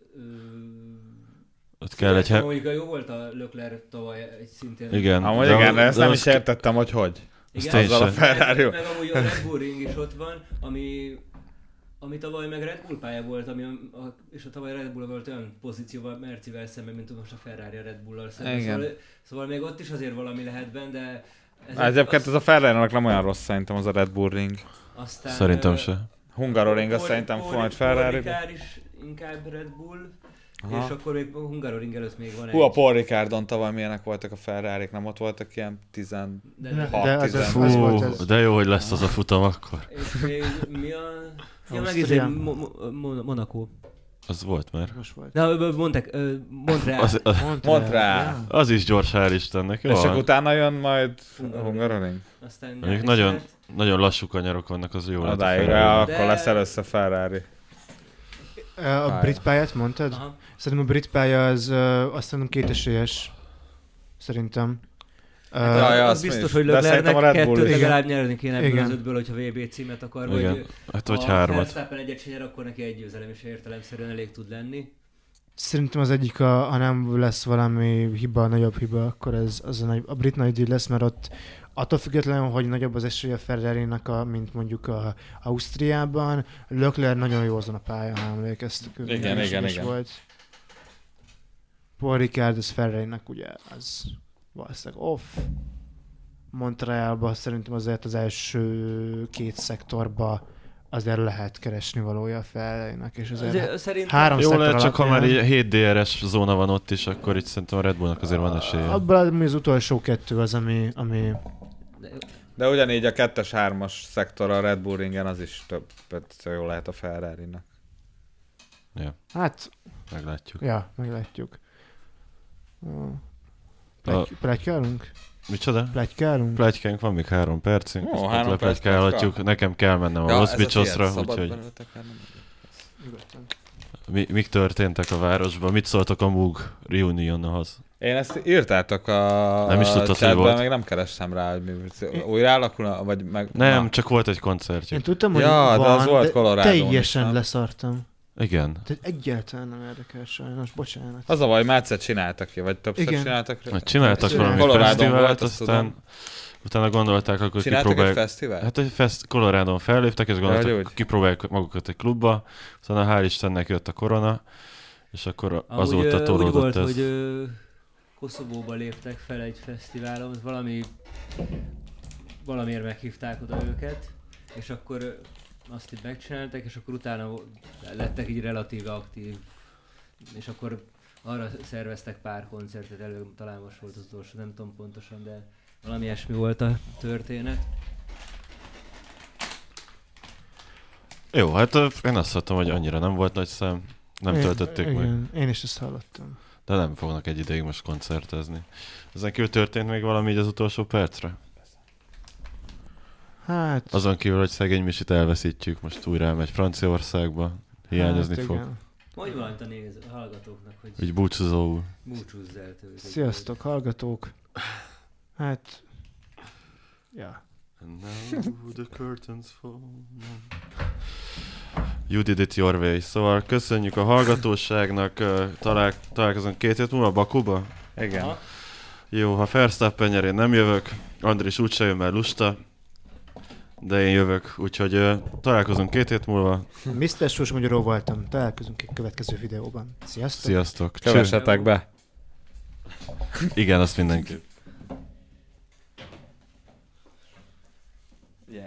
Ott kell egy... Jó volt a Leclerc tavaly egy szintén. Igen. Amúgy igen, ezt nem is értettem, hogy. Igen, azzal a Ferrari. Meg amúgy a Red Bull Ring is ott van, ami tavaly meg Red Bull pálya volt, és a tavaly Red Bull volt olyan pozícióval Mercivel szemben, mint most a Ferrari a Red Bull-al szemben. Szóval még ott is azért valami lehet benne, de... Egyébként ez a Ferrari-nak nem olyan rossz szerintem az a Red Bull Ring. Aztán, szerintem se. Hungaroring az szerintem majd Ferrari. Paul is inkább Red Bull. Aha. És akkor még Hungaroring előtt még van a Paul Ricardon tavaly milyenek voltak a Ferrarik, nem ott voltak ilyen 16-17. De jó, hogy lesz az a futam akkor. És még mi a... Ja, megint Monaco. Az volt már. Montreal. Az is gyors, hál' Istennek. És akkor utána jön majd Hungaroring. Nagyon lassú kanyarok vannak, az jó lehet. Akkor lesz először Ferrari. A brit pályát mondtad? Aha. Szerintem a brit pálya az azt mondom 2 esélyes. Szerintem. Az biztos, hogy Leclercnek 2 legalább nyerni kéne ebből az 5-ből, hogyha VB címet akar. Igen. Vagy ha 3-at. Verstappen egyet nyer, akkor neki egy győzelem is értelemszerűen elég tud lenni. Szerintem az egyik, ha nem lesz valami hiba, nagyobb hiba, akkor ez a brit nagy díj lesz, mert ott attól függetlenül, hogy nagyobb az esély a Ferrari-nak, mint mondjuk a Ausztriában, Leclerc nagyon jó azon a pályán, ha emlékeztek. Igen. Volt. Paul Ricard, az Ferrari-nak ugye az valószínűleg off. Montrealban szerintem azért az első 2 szektorba azért lehet keresni valója a Ferrari-nak, és azért 3 jó szektor lehet, csak ha már 7 DRS zóna van ott is, akkor itt szerintem a Red Bullnak azért van esélye. Abban az utolsó 2 az, ami... De ugyanígy a 2-es, 3-as szektor a Red Bull Ringen az is jó lehet a Ferrari-nak. Ja. Hát... Meglátjuk. Ja, meglátjuk. Pletykálunk? Micsoda? Pletykálunk? Pletykánk van még 3 percünk. Ó, Most 3 perc lepletykálhatjuk. Nekem kell mennem a Los Bichosra, úgyhogy mik történtek a városban? Mit szóltok a Moog Reunionhoz? Én ezt írtátok a Nem is tudtad, hogy volt. még nem kerestem rá, hogy mi újra alakul, vagy meg... Nem, na. csak volt egy koncertje. Én tudtam, hogy Ja, de van, az volt Colorado-n teljesen is, leszartam. Igen. Tehát egyáltalán nem érdekel sajnos, bocsánat. Az a baj, már egyszer csináltak ki, vagy többször Igen. csináltak. Csináltak valami Colorado-n fesztivált, volt, azt aztán tudom. utána gondolták, akkor Csináltak egy kipróbálják. fesztivált? Hát egy Colorado-n felléptek, és gondolták, Ja, hogy kipróbálják magukat egy klubba, aztán hál' Istennek jött a korona, és akkor azóta úgy tolódott volt, ez. hogy Koszovóba léptek fel egy fesztiválon, valamiért meghívták oda őket, és akkor azt itt megcsináltak, és akkor utána lettek így relatíve aktív, és akkor arra szerveztek pár koncertet talán most volt az utolsó, nem tudom pontosan, de valami ilyesmi volt a történet. Jó, hát én azt hallottam, hogy annyira nem volt nagy szám, nem töltötték meg. Én is ezt hallottam. De nem fognak egy ideig most koncertezni. Ezen kívül történt még valami így az utolsó percre? Hát... Azon kívül, hogy szegény Misit elveszítjük, most újra elmegy Franciaországba, hiányozni fog. igen. Mondj valamit a hallgatóknak, hogy Úgy búcsúzóul. búcsúzz el tőlük. Sziasztok, hallgatók. Hát... Ja. And now the curtains fall. You did it your way. Szóval köszönjük a hallgatóságnak, találkozunk 2 hét múlva Bakuba. Igen. Aha. Jó, ha Verstappen nyer, én nem jövök, Andris úgyse jön, mert lusta, de én jövök, úgyhogy találkozunk 2 hét múlva. Mr. Sós Magyaró voltam. Találkozunk egy következő videóban. Sziasztok! Sziasztok! Kövessetek be! Igen, azt mindenképp.